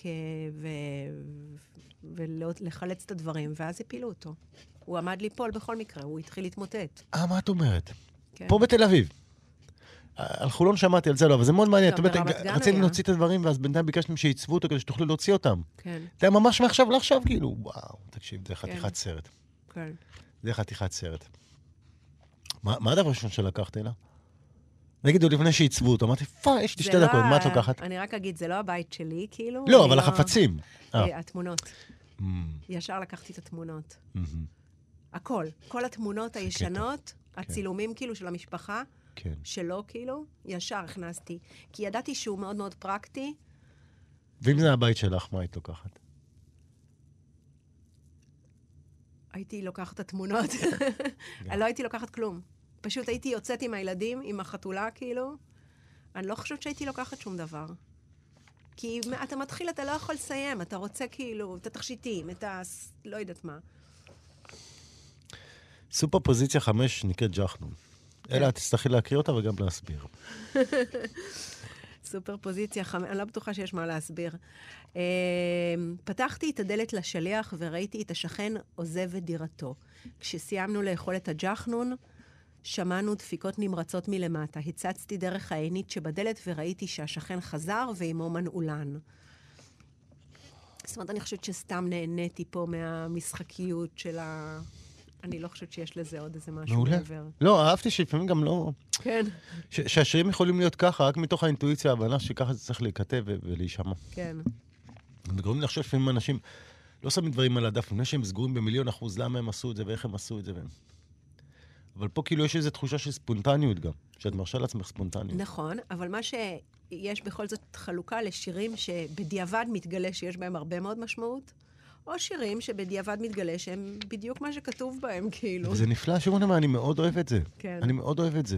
ולחלץ את הדברים, ואז הפילו אותו. הוא עמד ליפול בכל מקרה, הוא התחיל להתמוטט. מה את אומרת? פה בתל אביב. אנחנו לא שמעתי על זה, לא, אבל זה מאוד מעניין. רצינו להוציא את הדברים, ואז בינתיים ביקשתם שיצבו אותו כדי שתוכלו להוציא אותם. כן. זה היה ממש מעכשיו לעכשיו, כאילו, וואו, תקשיב, זה חתיכת סרט. כן. זה חתיכת סרט. מה הדבר ראשון שלקחת אלה? נגיד, עוד לפני שיצבו אותו, אמרתי, יש לי 2 דקות, מה את לוקחת? אני רק אגיד, זה לא הבית שלי, כאילו. לא, אבל החפצים. התמונות. ישר לקחתי את התמונות. הכל. כל התמונות הישנות, הצילומים כאילו של המשפחה, שלו כאילו, ישר הכנסתי. כי ידעתי שהוא מאוד מאוד פרקטי. ואם זה הבית שלך, מה היית לוקחת? הייתי לוקחת את התמונות. לא הייתי לוקחת כלום. פשוט הייתי יוצאת עם הילדים, עם החתולה כאילו. אני לא חושבת שהייתי לוקחת שום דבר. כי אתה מתחיל, אתה לא יכול לסיים. אתה רוצה כאילו את התכשיטים, לא יודעת מה. סופר פוזיציה 5 נקראת ג'חנון. אלא תצטרכי להקריא אותה וגם להסביר. סופר פוזיציה 5, אני לא בטוחה שיש מה להסביר. פתחתי את הדלת לשליח וראיתי את השכן עוזב את דירתו. כשסיימנו לאכול את הג'חנון, שמענו דפיקות נמרצות מלמטה. הצצתי דרך העינית שבדלת וראיתי שהשכן חזר ועמו מנעולן. זאת אומרת, אני חושבת שסתם נהניתי פה מהמשחקיות של אני לא חושבת שיש לזה עוד איזה משהו מעבר. לא, אהבתי שלפעמים גם לא... כן. שהשירים יכולים להיות ככה, רק מתוך האינטואיציה, ההבנה שככה זה צריך להיכתב ולהישמע. כן. וגורמים לחשוב לפעמים אנשים לא שמים דברים על הדף, לפני שהם סגורים ב1,000,000%, למה הם עשו את זה ואיך הם עשו את זה. אבל פה כאילו יש איזו תחושה של ספונטניות גם, שאת מרשה לעצמך ספונטניות. נכון, אבל מה שיש בכל זאת חלוקה לשירים שבדיעבד מתגלה שיש בהם הרבה מאוד משמעות, או שירים שבדיעבד מתגלה שהם בדיוק מה שכתוב בהם, כאילו. וזה נפלא, שרון, אני מאוד אוהב את זה. כן. אני מאוד אוהב את זה.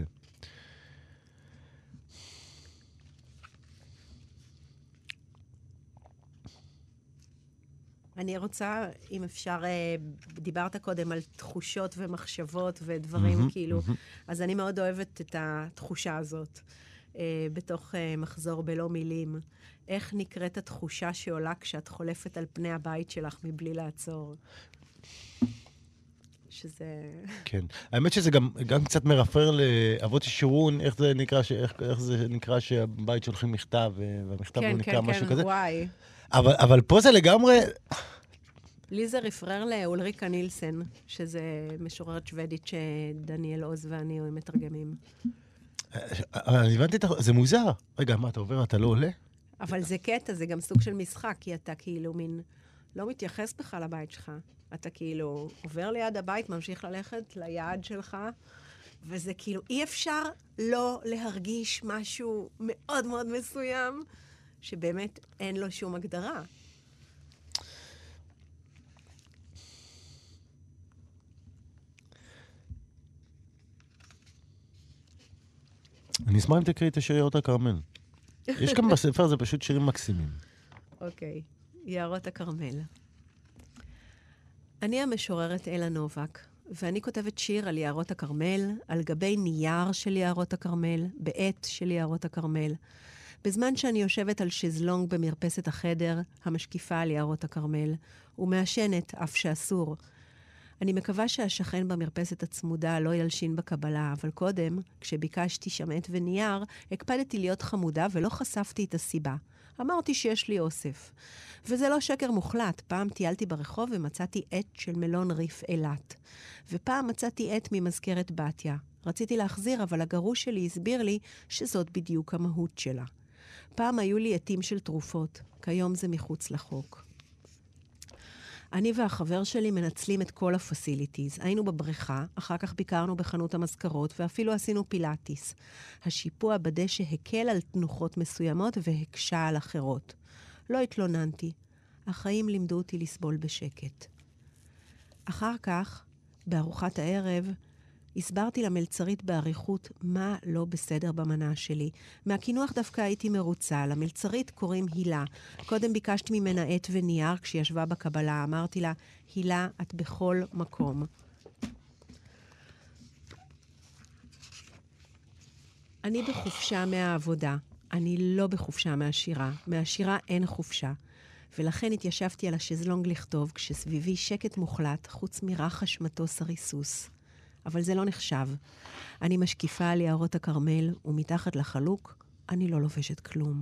אני רוצה, אם אפשר, דיברת קודם על תחושות ומחשבות ודברים כאילו, אז אני מאוד אוהבת את התחושה הזאת בתוך מחזור בלא מילים. איך נקראת התחושה שעולה כשאת חולפת על פני הבית שלך מבלי לעצור? שזה... כן. האמת שזה גם קצת מרפר לאבות ישורון, איך זה נקרא שהבית שולחים מכתב, והמכתב הוא נקרא משהו כזה. כן, וואי. אבל פה זה לגמרי... לי זה רפרר לאולריקה נילסן, שזה משוררת שוודית שדניאל עוז ואני מתרגמים. אני הבנתי, זה מוזר. רגע, מה, אתה עובר, אתה לא עולה? אבל זה קטע, זה גם סוג של משחק, כי אתה כאילו מין לא מתייחס בכלל לבית שלך. אתה כאילו עובר ליד הבית, ממשיך ללכת ליעד שלך, וזה כאילו אי אפשר לא להרגיש משהו מאוד מאוד מסוים, שבאמת אין לו שום הגדרה. אני אשמח אם תקריא את השיר יערות הכרמל. יש גם בספר, זה פשוט שירים מקסימים. אוקיי, יערות הכרמל. אני המשוררת אלה נובק, ואני כותבת שיר על יערות הכרמל, על גבי נייר של יערות הכרמל, בעט של יערות הכרמל. בזמן שאני יושבת על שזלונג במרפסת החדר, המשקיפה על יערות הכרמל, ומעשנת אף שאסור. אני מקווה שהשכן במרפסת הצמודה לא ילשין בקבלה, אבל קודם, כשביקשתי שמעת ונייר, הקפדתי להיות חמודה ולא חשפתי את הסיבה. אמרתי שיש לי אוסף. וזה לא שקר מוחלט. פעם טיילתי ברחוב ומצאתי עט של מלון ריף אילת. ופעם מצאתי עט ממזכרת בתיה. רציתי להחזיר, אבל הגרוש שלי הסביר לי שזאת בדיוק המהות שלה. פעם היו לי עטים של תרופות. כיום זה מחוץ לחוק. אני והחבר שלי מנצלים את כל הפסיליטיז. היינו בבריכה, אחר כך ביקרנו בחנות המזכרות, ואפילו עשינו פילאטיס. השיפוע בדשא הקל על תנוחות מסוימות והקשה על אחרות. לא התלוננתי. החיים לימדו אותי לסבול בשקט. אחר כך, בארוחת הערב, הסברתי למלצרית בעריכות מה לא בסדר במנה שלי. מהכינוח דווקא הייתי מרוצה. למלצרית קוראים הילה. קודם ביקשתי ממנה עט ונייר כשישבה בקבלה. אמרתי לה, הילה, את בכל מקום. אני בחופשה מהעבודה. אני לא בחופשה מהשירה. מהשירה אין חופשה. ולכן התיישבתי על השזלונג לכתוב כשסביבי שקט מוחלט, חוץ מרחש מטוס הריסוס. אבל זה לא נחשב. אני משקיפה על יערות הכרמל, ומתחת לחלוק, אני לא לובשת כלום.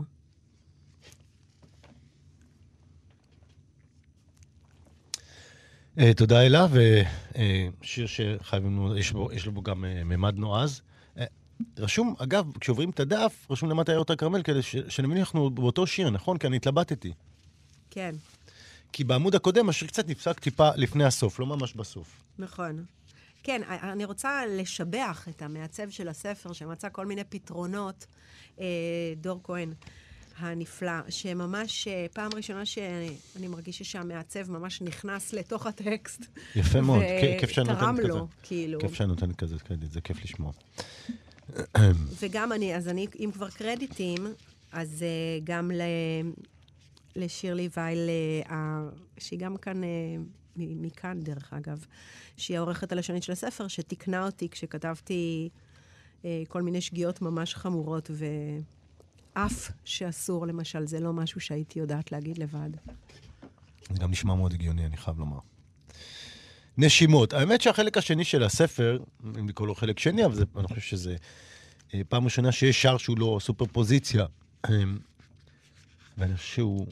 תודה אלה, ושיר שחייבים, יש לו בו גם ממד נועז. רשום, אגב, כשעוברים את הדף, רשום למטה יערות הכרמל, כדי שנבין אנחנו באותו שיר, נכון? כי אני התלבטתי. כן. כי בעמוד הקודם, השיר קצת נפסק טיפה לפני הסוף, לא ממש בסוף. נכון. כן, אני רוצה לשבח את המעצב של הספר, שמצא כל מיני פתרונות, דור כהן הנפלא, שממש פעם ראשונה שאני מרגישה שהמעצב ממש נכנס לתוך הטקסט. יפה מאוד, כיף שאני ותרם נותן לו, כזה. כאילו. כיף שאני נותן כזה קרדיט, זה כיף לשמוע. וגם אני, אם כבר קרדיטים, אז גם לשירלי וייל, שהיא גם כאן... מכאן, דרך אגב, שהיא העורכת הלשונית של הספר, שתקנה אותי כשכתבתי כל מיני שגיאות ממש חמורות, ואף שאסור, למשל, זה לא משהו שהייתי יודעת להגיד לבד. זה גם נשמע מאוד הגיוני, אני חייב לומר. נשימות. האמת שהחלק השני של הספר, אם לקרוא לו חלק שני, אבל אני חושב שזה פעם ראשונה שיש שער שהוא לא סופר פוזיציה. ואני חושב שהוא...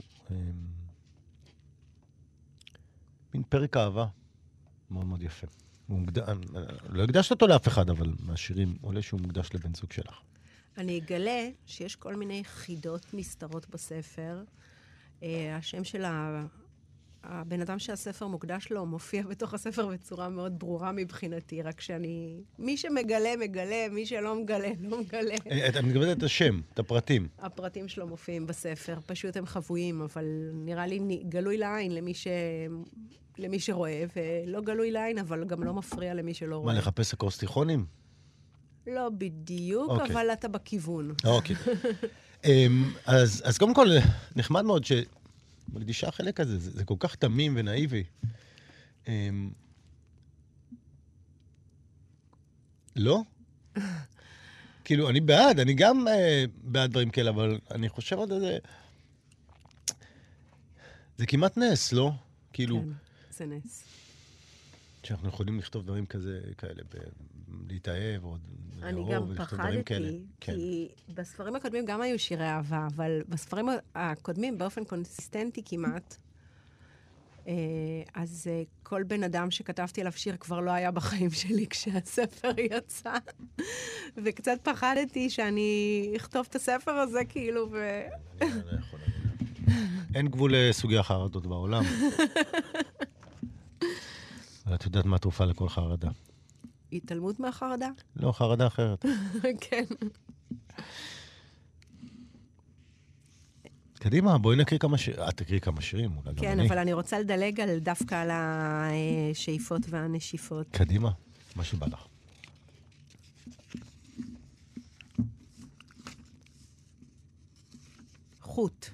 מין פרק אהבה, מאוד מאוד יפה. לא הקדשת אותו לאף אחד, אבל מהשירים עולה שהוא מוקדש לבן זוג שלך. אני אגלה שיש כל מיני חידות נסתרות בספר. השם של הבן אדם שהספר מוקדש לו מופיע בתוך הספר בצורה מאוד ברורה מבחינתי, רק שאני... מי שמגלה, מגלה, מי שלא מגלה, לא מגלה. אתה מתכוונת את השם, את הפרטים. הפרטים שלו מופיעים בספר, פשוט הם חבויים, אבל נראה לי גלוי לעין למי שרואה, ולא גלוי לעין, אבל גם לא מפריע למי שלא רואה. מה, לחפש אקרוסטיכונים? לא בדיוק, אבל אתה בכיוון. אוקיי. אז קודם כל, נחמד מאוד מלדישה החלק הזה, זה כל כך תמים ונאיבי. לא? כאילו, אני בעד, אני גם בעד דברים כאלה, אבל אני חושב עוד איזה... זה כמעט נס, לא? כאילו... כן, זה נס. שאנחנו יכולים לכתוב דברים כאלה, להתאהב, או אני גם פחדתי, כי בספרים הקודמים גם היו שירי אהבה, אבל בספרים הקודמים, באופן קונסיסטנטי כמעט, אז כל בן אדם שכתבתי עליו שיר כבר לא היה בחיים שלי כשהספר יצא. וקצת פחדתי שאני אכתוב את הספר הזה, כאילו, אין גבול לסוגי החרדות בעולם. אבל את יודעת מה התרופה לכל חרדה? התעלמות מהחרדה? לא, חרדה אחרת. כן. קדימה, בואי נקריא כמה שירים. את תקריא כמה שירים, אולי גם אני. כן, אבל אני רוצה לדלג דווקא על השאיפות והנשיפות. קדימה, מה שבא לך. חוט.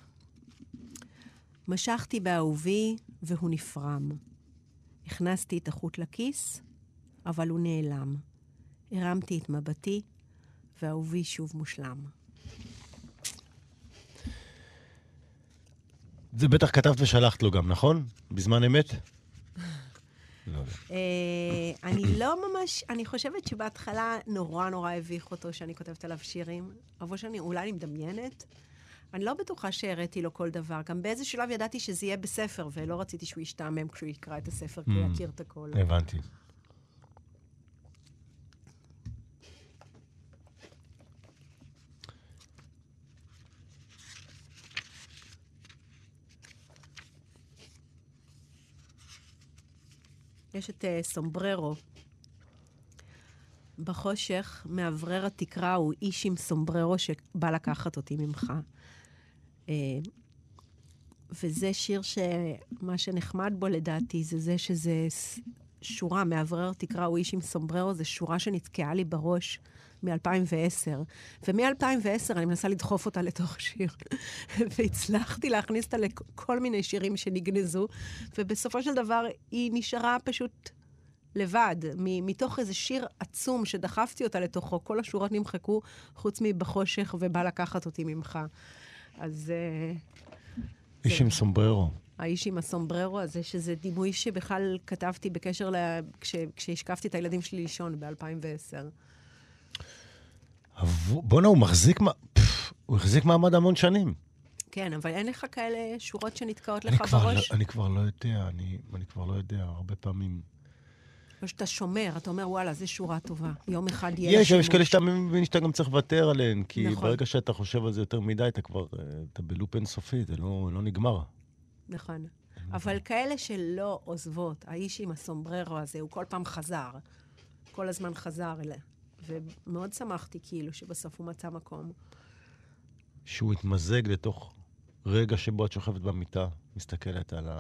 משכתי באהובי והוא נפרם. הכנסתי את החוט לכיס, אבל הוא נעלם. הרמתי את מבטי, ואהובי שוב מושלם. זה בטח כתבת ושלחת לו גם, נכון? בזמן אמת? לא. אני לא ממש... אני חושבת שבהתחלה נורא הביך אותו שאני כותבת עליו שירים, אבל אולי אני מדמיינת. אני לא בטוחה שהראיתי לו כל דבר. גם באיזה שלב ידעתי שזה יהיה בספר, ולא רציתי שהוא ישתעמם כשהוא יקרא את הספר, כי הוא יכיר את הכל. הבנתי. יש את סומבררו. בחושך, מאוורר התקרה הוא איש עם סומבררו שבא לקחת אותי ממך. וזה שיר שמה שנחמד בו לדעתי זה שזה שורה, מאוורר תקרה הוא איש עם סומבררו, זה שורה שנתקעה לי בראש מ-2010. ומ-2010 אני מנסה לדחוף אותה לתוך שיר. והצלחתי להכניס אותה לכל מיני שירים שנגנזו, ובסופו של דבר היא נשארה פשוט לבד, מתוך איזה שיר עצום שדחפתי אותה לתוכו, כל השורות נמחקו, חוץ מבחושך ובא לקחת אותי ממך. אז... איש עם סומבררו. האיש עם הסומבררו הזה, שזה דימוי שבכלל כתבתי בקשר כשהשקפתי את הילדים שלי לישון ב-2010. בוא'נה, הוא החזיק מעמד המון שנים. כן, אבל אין לך כאלה שורות שנתקעות לך בראש? אני כבר לא יודע, אני כבר לא יודע, הרבה פעמים. או שאתה שומר, אתה אומר, וואלה, זו שורה טובה. יום אחד יהיה שימוש. יש כאלה שאתה מבין שאתה גם צריך לוותר עליהן, כי ברגע שאתה חושב על זה יותר מדי, אתה בלופ אינסופי, זה לא נגמר. נכון. אבל כאלה שלא עוזבות, האיש עם הסומבררו הזה, הוא כל פעם חזר. כל הזמן חזר אליה. ומאוד שמחתי כאילו שבסוף הוא מצא מקום. שהוא התמזג לתוך רגע שבו את שוכבת במיטה, מסתכלת על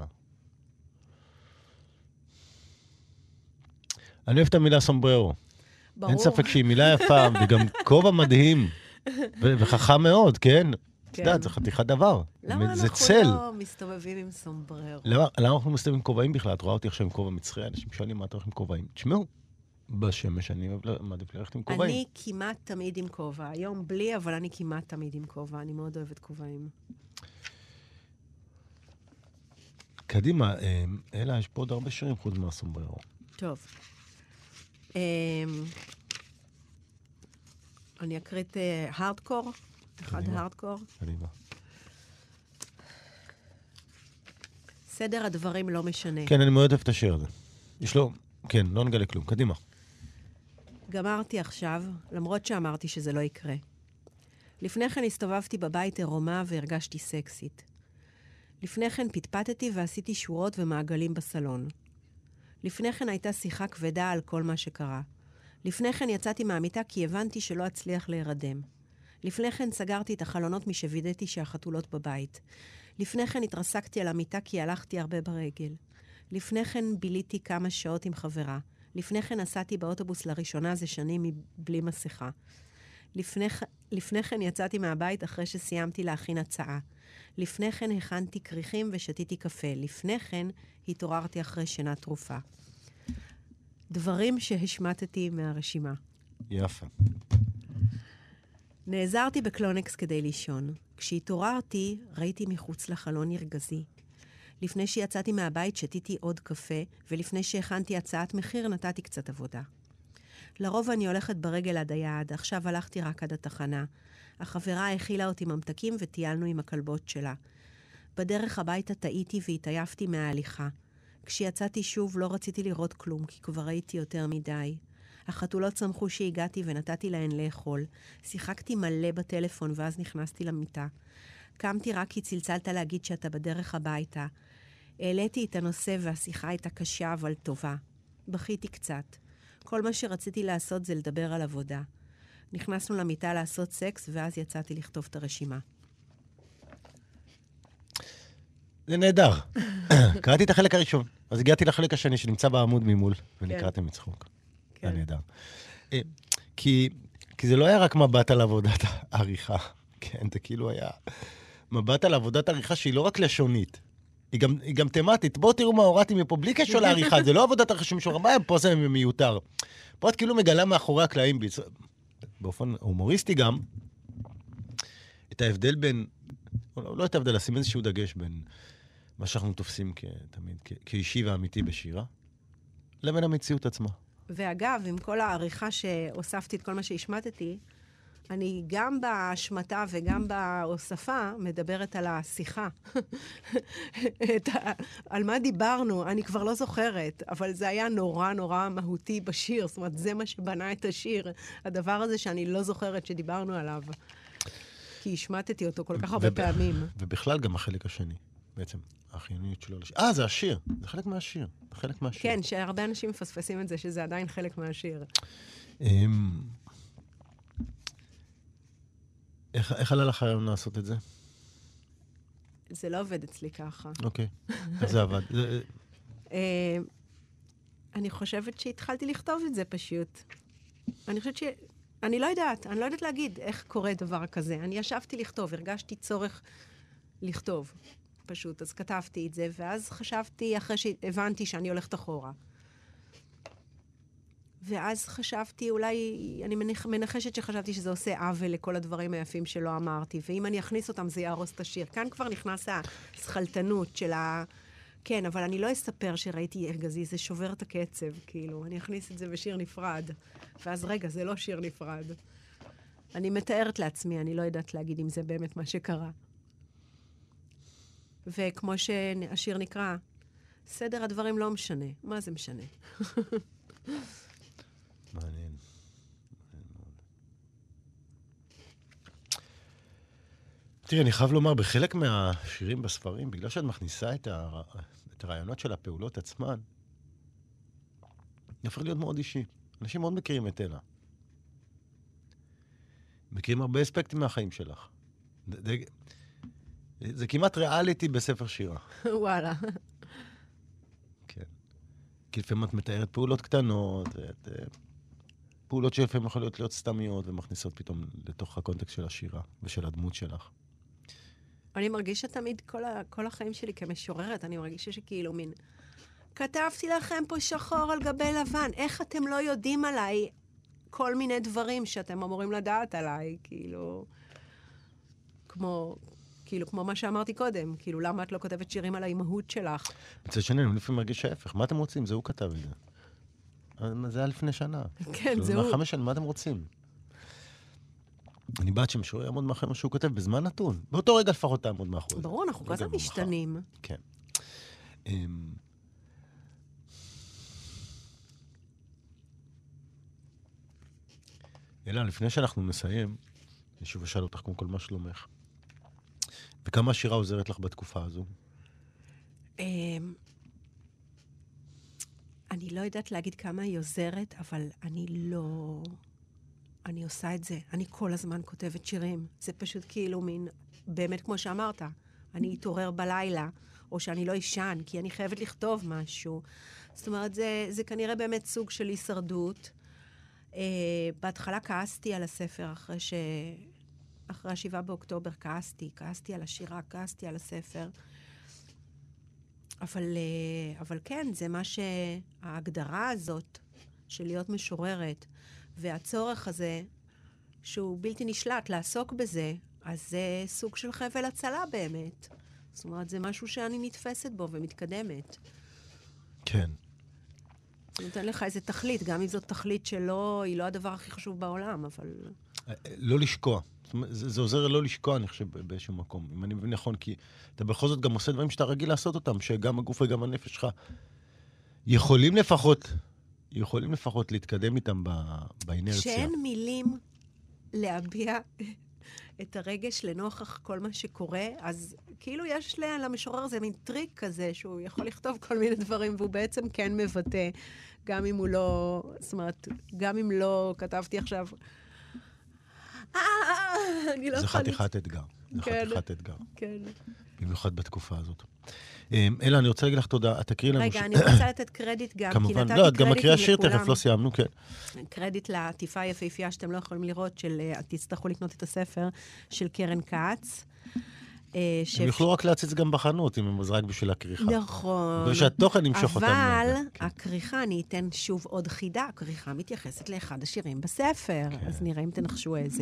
אני אוהב את המילה סומבררו. ברור. אין ספק שהיא מילה יפה, וגם כובע מדהים, וחכם מאוד, כן? את יודעת, זה חתיכת דבר. למה אנחנו לא מסתובבים עם סומבררו? למה אנחנו מסתובבים עם כובעים בכלל? את רואה אותי עכשיו עם כובע מצחי, אנשים שואלים מה אתה הולך עם כובעים. תשמעו, בשמש אני מעדיף ללכת עם כובעים. אני כמעט תמיד עם כובע. היום בלי, אבל אני כמעט תמיד עם כובע. אני מאוד אוהבת כובעים. קדימה, אלה, יש פה עוד הרבה שירים חוץ מהסומבררו. טוב. אני אקריא את הארדקור. אחד הארדקור. קדימה. סדר הדברים לא משנה. כן, אני מאוד אוהב את השיר הזה. יש לו, כן, לא נגלה כלום. קדימה. גמרתי עכשיו, למרות שאמרתי שזה לא יקרה. לפני כן הסתובבתי בבית עירומה והרגשתי סקסית. לפני כן פטפטתי ועשיתי שורות ומעגלים בסלון. לפני כן הייתה שיחה כבדה על כל מה שקרה. לפני כן יצאתי מהמיטה כי הבנתי שלא אצליח להירדם. לפני כן סגרתי את החלונות משווידאתי שהחתולות בבית. לפני כן התרסקתי על המיטה כי הלכתי הרבה ברגל. לפני כן ביליתי כמה שעות עם חברה. לפני כן נסעתי באוטובוס לראשונה זה שנים בלי מסכה. לפני כן יצאתי מהבית אחרי שסיימתי להכין הצעה. לפני כן הכנתי כריכים ושתיתי קפה. לפני כן התעוררתי אחרי שינה תרופה. דברים שהשמטתי מהרשימה. יפה. נעזרתי בקלונקס כדי לישון. כשהתעוררתי, ראיתי מחוץ לחלון ארגזי. לפני שיצאתי מהבית שתיתי עוד קפה, ולפני שהכנתי הצעת מחיר נתתי קצת עבודה. לרוב אני הולכת ברגל עד היעד, עכשיו הלכתי רק עד התחנה. החברה הכילה אותי ממתקים וטיילנו עם הכלבות שלה. בדרך הביתה טעיתי והתעייפתי מההליכה. כשיצאתי שוב לא רציתי לראות כלום, כי כבר ראיתי יותר מדי. החתולות שמחו שהגעתי ונתתי להן לאכול. שיחקתי מלא בטלפון ואז נכנסתי למיטה. קמתי רק כי צלצלת להגיד שאתה בדרך הביתה. העליתי את הנושא והשיחה הייתה קשה אבל טובה. בכיתי קצת. כל מה שרציתי לעשות זה לדבר על עבודה. נכנסנו למיטה לעשות סקס ואז יצאתי לכתוב את הרשימה. זה נהדר. קראתי את החלק הראשון, אז הגעתי לחלק השני שנמצא בעמוד ממול, ונקראתם מצחוק. זה נהדר. כי זה לא היה רק מבט על עבודת העריכה. כן, זה כאילו היה מבט על עבודת העריכה שהיא לא רק לשונית, היא גם תמטית. בואו תראו מה הורדתי מפה, בלי קשר לעריכה, זה לא עבודת העריכה שמישהו רבה, פה זה מיותר. פה את כאילו מגלה מאחורי הקלעים, באופן הומוריסטי גם, את ההבדל בין, לא את ההבדל, לשים איזשהו דגש בין מה שאנחנו תופסים תמיד, כאישי ואמיתי בשירה, לבין המציאות עצמה. ואגב, עם כל העריכה שהוספתי את כל מה שהשמטתי, אני גם בהשמטה וגם בהוספה מדברת על השיחה. על מה דיברנו, אני כבר לא זוכרת, אבל זה היה נורא נורא מהותי בשיר, זאת אומרת, זה מה שבנה את השיר, הדבר הזה שאני לא זוכרת שדיברנו עליו, כי השמטתי אותו כל כך הרבה פעמים. ובכלל גם החלק השני, בעצם, החיוניות שלו לשיר. זה השיר, זה חלק מהשיר, זה חלק מהשיר. כן, שהרבה אנשים מפספסים את זה, שזה עדיין חלק מהשיר. איך עלה לך היום לעשות את זה? זה לא עובד אצלי ככה. אוקיי, איך זה עבד? אני חושבת שהתחלתי לכתוב את זה פשוט. אני לא יודעת להגיד איך קורה דבר כזה. אני ישבתי לכתוב, הרגשתי צורך לכתוב, פשוט. אז כתבתי את זה, ואז חשבתי, אחרי שהבנתי שאני הולכת אחורה. ואז חשבתי, אולי, אני מנחשת שחשבתי שזה עושה עוול לכל הדברים היפים שלא אמרתי, ואם אני אכניס אותם זה יהרוס את השיר. כאן כבר נכנס הסחלטנות של כן, אבל אני לא אספר שראיתי ארגזי, זה שובר את הקצב, כאילו. אני אכניס את זה בשיר נפרד. ואז רגע, זה לא שיר נפרד. אני מתארת לעצמי, אני לא יודעת להגיד אם זה באמת מה שקרה. וכמו שהשיר נקרא, סדר הדברים לא משנה. מה זה משנה? מעניין. תראי, אני חייב לומר, בחלק מהשירים בספרים, בגלל שאת מכניסה את הרעיונות של הפעולות עצמן, זה הופך להיות מאוד אישי. אנשים מאוד מכירים את אלה. מכירים הרבה אספקטים מהחיים שלך. זה כמעט ריאליטי בספר שירה. וואלה. כן. כי לפעמים את מתארת פעולות קטנות, פעולות שלפעמים יכולות להיות סתמיות, ומכניסות פתאום לתוך הקונטקסט של השירה ושל הדמות שלך. אני מרגישה תמיד כל החיים שלי כמשוררת, אני מרגישה שכאילו מין, כתבתי לכם פה שחור על גבי לבן, איך אתם לא יודעים עליי כל מיני דברים שאתם אמורים לדעת עליי, כאילו כמו מה שאמרתי קודם, כאילו למה את לא כותבת שירים על האימהות שלך? מצד שני, אני לפעמים מרגיש ההפך, מה אתם רוצים? זה הוא כתב את זה. זה היה לפני שנה. כן, זה הוא. 5 שנים, מה אתם רוצים? אני בעד שמשורר יעמוד מאחורי מה שהוא כותב בזמן נתון. באותו רגע לפחות תעמוד מאחורי. ברור, אנחנו כל הזמן משתנים. כן. אלא, לפני שאנחנו נסיים, אני שוב אשאל אותך קודם כל מה שלומך. וכמה השירה עוזרת לך בתקופה הזו? אני לא יודעת להגיד כמה היא עוזרת, אבל אני עושה את זה. אני כל הזמן כותבת שירים. זה פשוט כאילו מין, באמת כמו שאמרת, אני אתעורר בלילה, או שאני לא ישן, כי אני חייבת לכתוב משהו. זאת אומרת, זה כנראה באמת סוג של הישרדות. בהתחלה כעסתי על הספר, אחרי 7 באוקטובר כעסתי על השירה, כעסתי על הספר. אבל כן, זה מה שההגדרה הזאת של להיות משוררת, והצורך הזה, שהוא בלתי נשלט לעסוק בזה, אז זה סוג של חבל הצלה באמת. זאת אומרת, זה משהו שאני נתפסת בו ומתקדמת. כן. זה נותן לך איזה תכלית, גם אם זאת תכלית שלא, היא לא הדבר הכי חשוב בעולם, אבל... לא לשקוע. זה עוזר לא לשקוע, אני חושב, באיזשהו מקום. אם אני מבין נכון, כי אתה בכל זאת גם עושה דברים שאתה רגיל לעשות אותם, שגם הגוף וגם הנפש שלך יכולים לפחות להתקדם איתם באינרציה. שאין מילים להביע את הרגש לנוכח כל מה שקורה, אז כאילו יש למשורר הזה מין טריק כזה, שהוא יכול לכתוב כל מיני דברים, והוא בעצם כן מבטא, גם אם הוא לא, זאת אומרת, גם אם לא כתבתי עכשיו, אני לא זה חתיכת אתגר. זה חתיכת אתגר. כן. במיוחד בתקופה הזאת. אלה, אני רוצה להגיד לך תודה. תקריא לנו... רגע, אני רוצה לתת קרדיט גם, כמובן, לא, את גם מקריאה שיר תכף, לא סיימנו, כן. קרדיט לעטיפה היפהפייה שאתם לא יכולים לראות, תצטרכו לקנות את הספר של קרן כץ. הם יוכלו רק להציץ גם בחנות, אם הם רק בשביל הכריכה. נכון. ושהתוכן ימשוך אותם. אבל הכריכה, אני אתן שוב עוד חידה, הכריכה מתייחסת לאחד השירים בספר, אז נראה אם תנחשו איזה.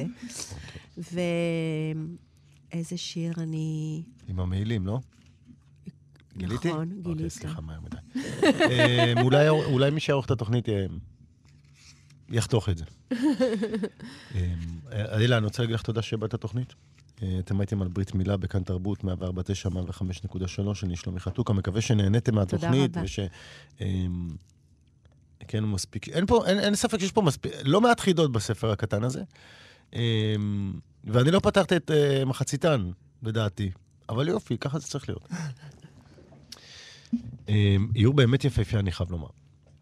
ואיזה שיר אני... עם המעילים, לא? גיליתי? נכון, גיליתי. סליחה, מהר מדי. אולי מי שערוך את התוכנית יחתוך את זה. אלילה, אני רוצה להגיד לך תודה שבאת התוכנית. אתם הייתם על ברית מילה בכאן תרבות 104.9, 105.3, אני שלומי חתוקה, מקווה שנהניתם מהתוכנית. תודה רבה. כן, הוא מספיק. אין ספק שיש פה מספיק, לא מעט חידות בספר הקטן הזה. ואני לא פתחת את מחציתן, בדעתי. אבל יופי, ככה זה צריך להיות. איור באמת יפהפה, אני חייב לומר.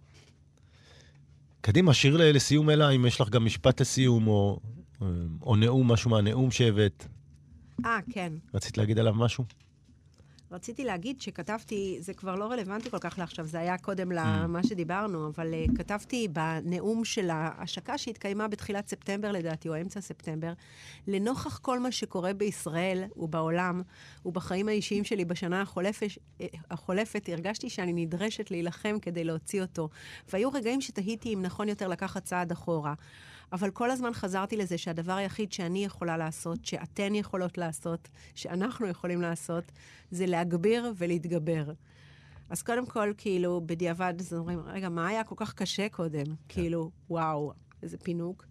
קדימה, שיר לסיום אלה, אם יש לך גם משפט לסיום, או נאום, משהו מהנאום שהבאת. כן. רצית להגיד עליו משהו? רציתי להגיד שכתבתי, זה כבר לא רלוונטי כל כך לעכשיו, זה היה קודם למה שדיברנו, אבל כתבתי בנאום של ההשקה שהתקיימה בתחילת ספטמבר לדעתי, או אמצע ספטמבר, לנוכח כל מה שקורה בישראל ובעולם, ובחיים האישיים שלי בשנה החולפת, הרגשתי שאני נדרשת להילחם כדי להוציא אותו. והיו רגעים שתהיתי אם נכון יותר לקחת צעד אחורה. אבל כל הזמן חזרתי לזה שהדבר היחיד שאני יכולה לעשות, שאתן יכולות לעשות, שאנחנו יכולים לעשות, זה להגביר ולהתגבר. אז קודם כל, כאילו, בדיעבד, אז אומרים, רגע, מה היה כל כך קשה קודם? כאילו, וואו, איזה פינוק.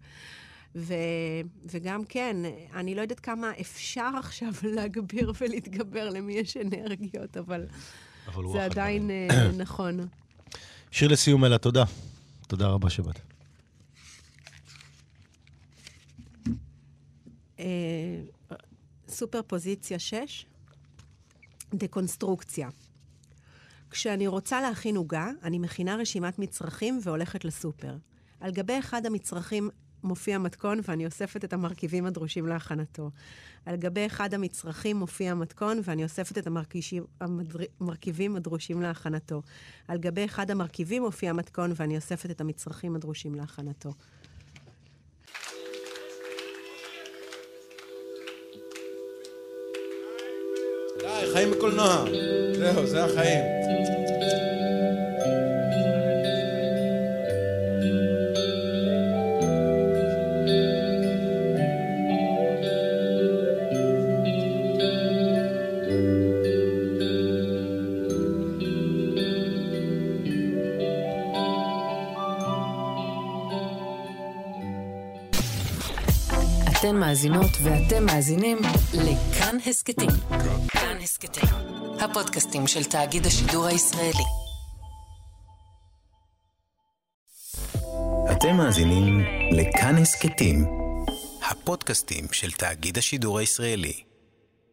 וגם כן, אני לא יודעת כמה אפשר עכשיו להגביר ולהתגבר, למי יש אנרגיות, אבל זה עדיין נכון. שיר לסיום אלה, תודה. תודה רבה שבאת. סופרפוזיציה 6, דקונסטרוקציה. כשאני רוצה להכין עוגה, אני מכינה רשימת מצרכים והולכת לסופר. על גבי אחד המצרכים מופיע מתכון ואני אוספת את המרכיבים הדרושים להכנתו. על גבי אחד המצרכים מופיע מתכון ואני אוספת את המרכיבים הדרושים להכנתו. על גבי אחד המרכיבים מופיע מתכון ואני אוספת את המצרכים הדרושים להכנתו. די, חיים בקולנוע. זהו, זה החיים. אתן מאזינות ואתם מאזינים לכאן הסקטים. כאן הסקטים, הפודקאסטים של תאגיד השידור הישראלי. אתם מאזינים לכאן הסקטים, הפודקאסטים של תאגיד השידור הישראלי.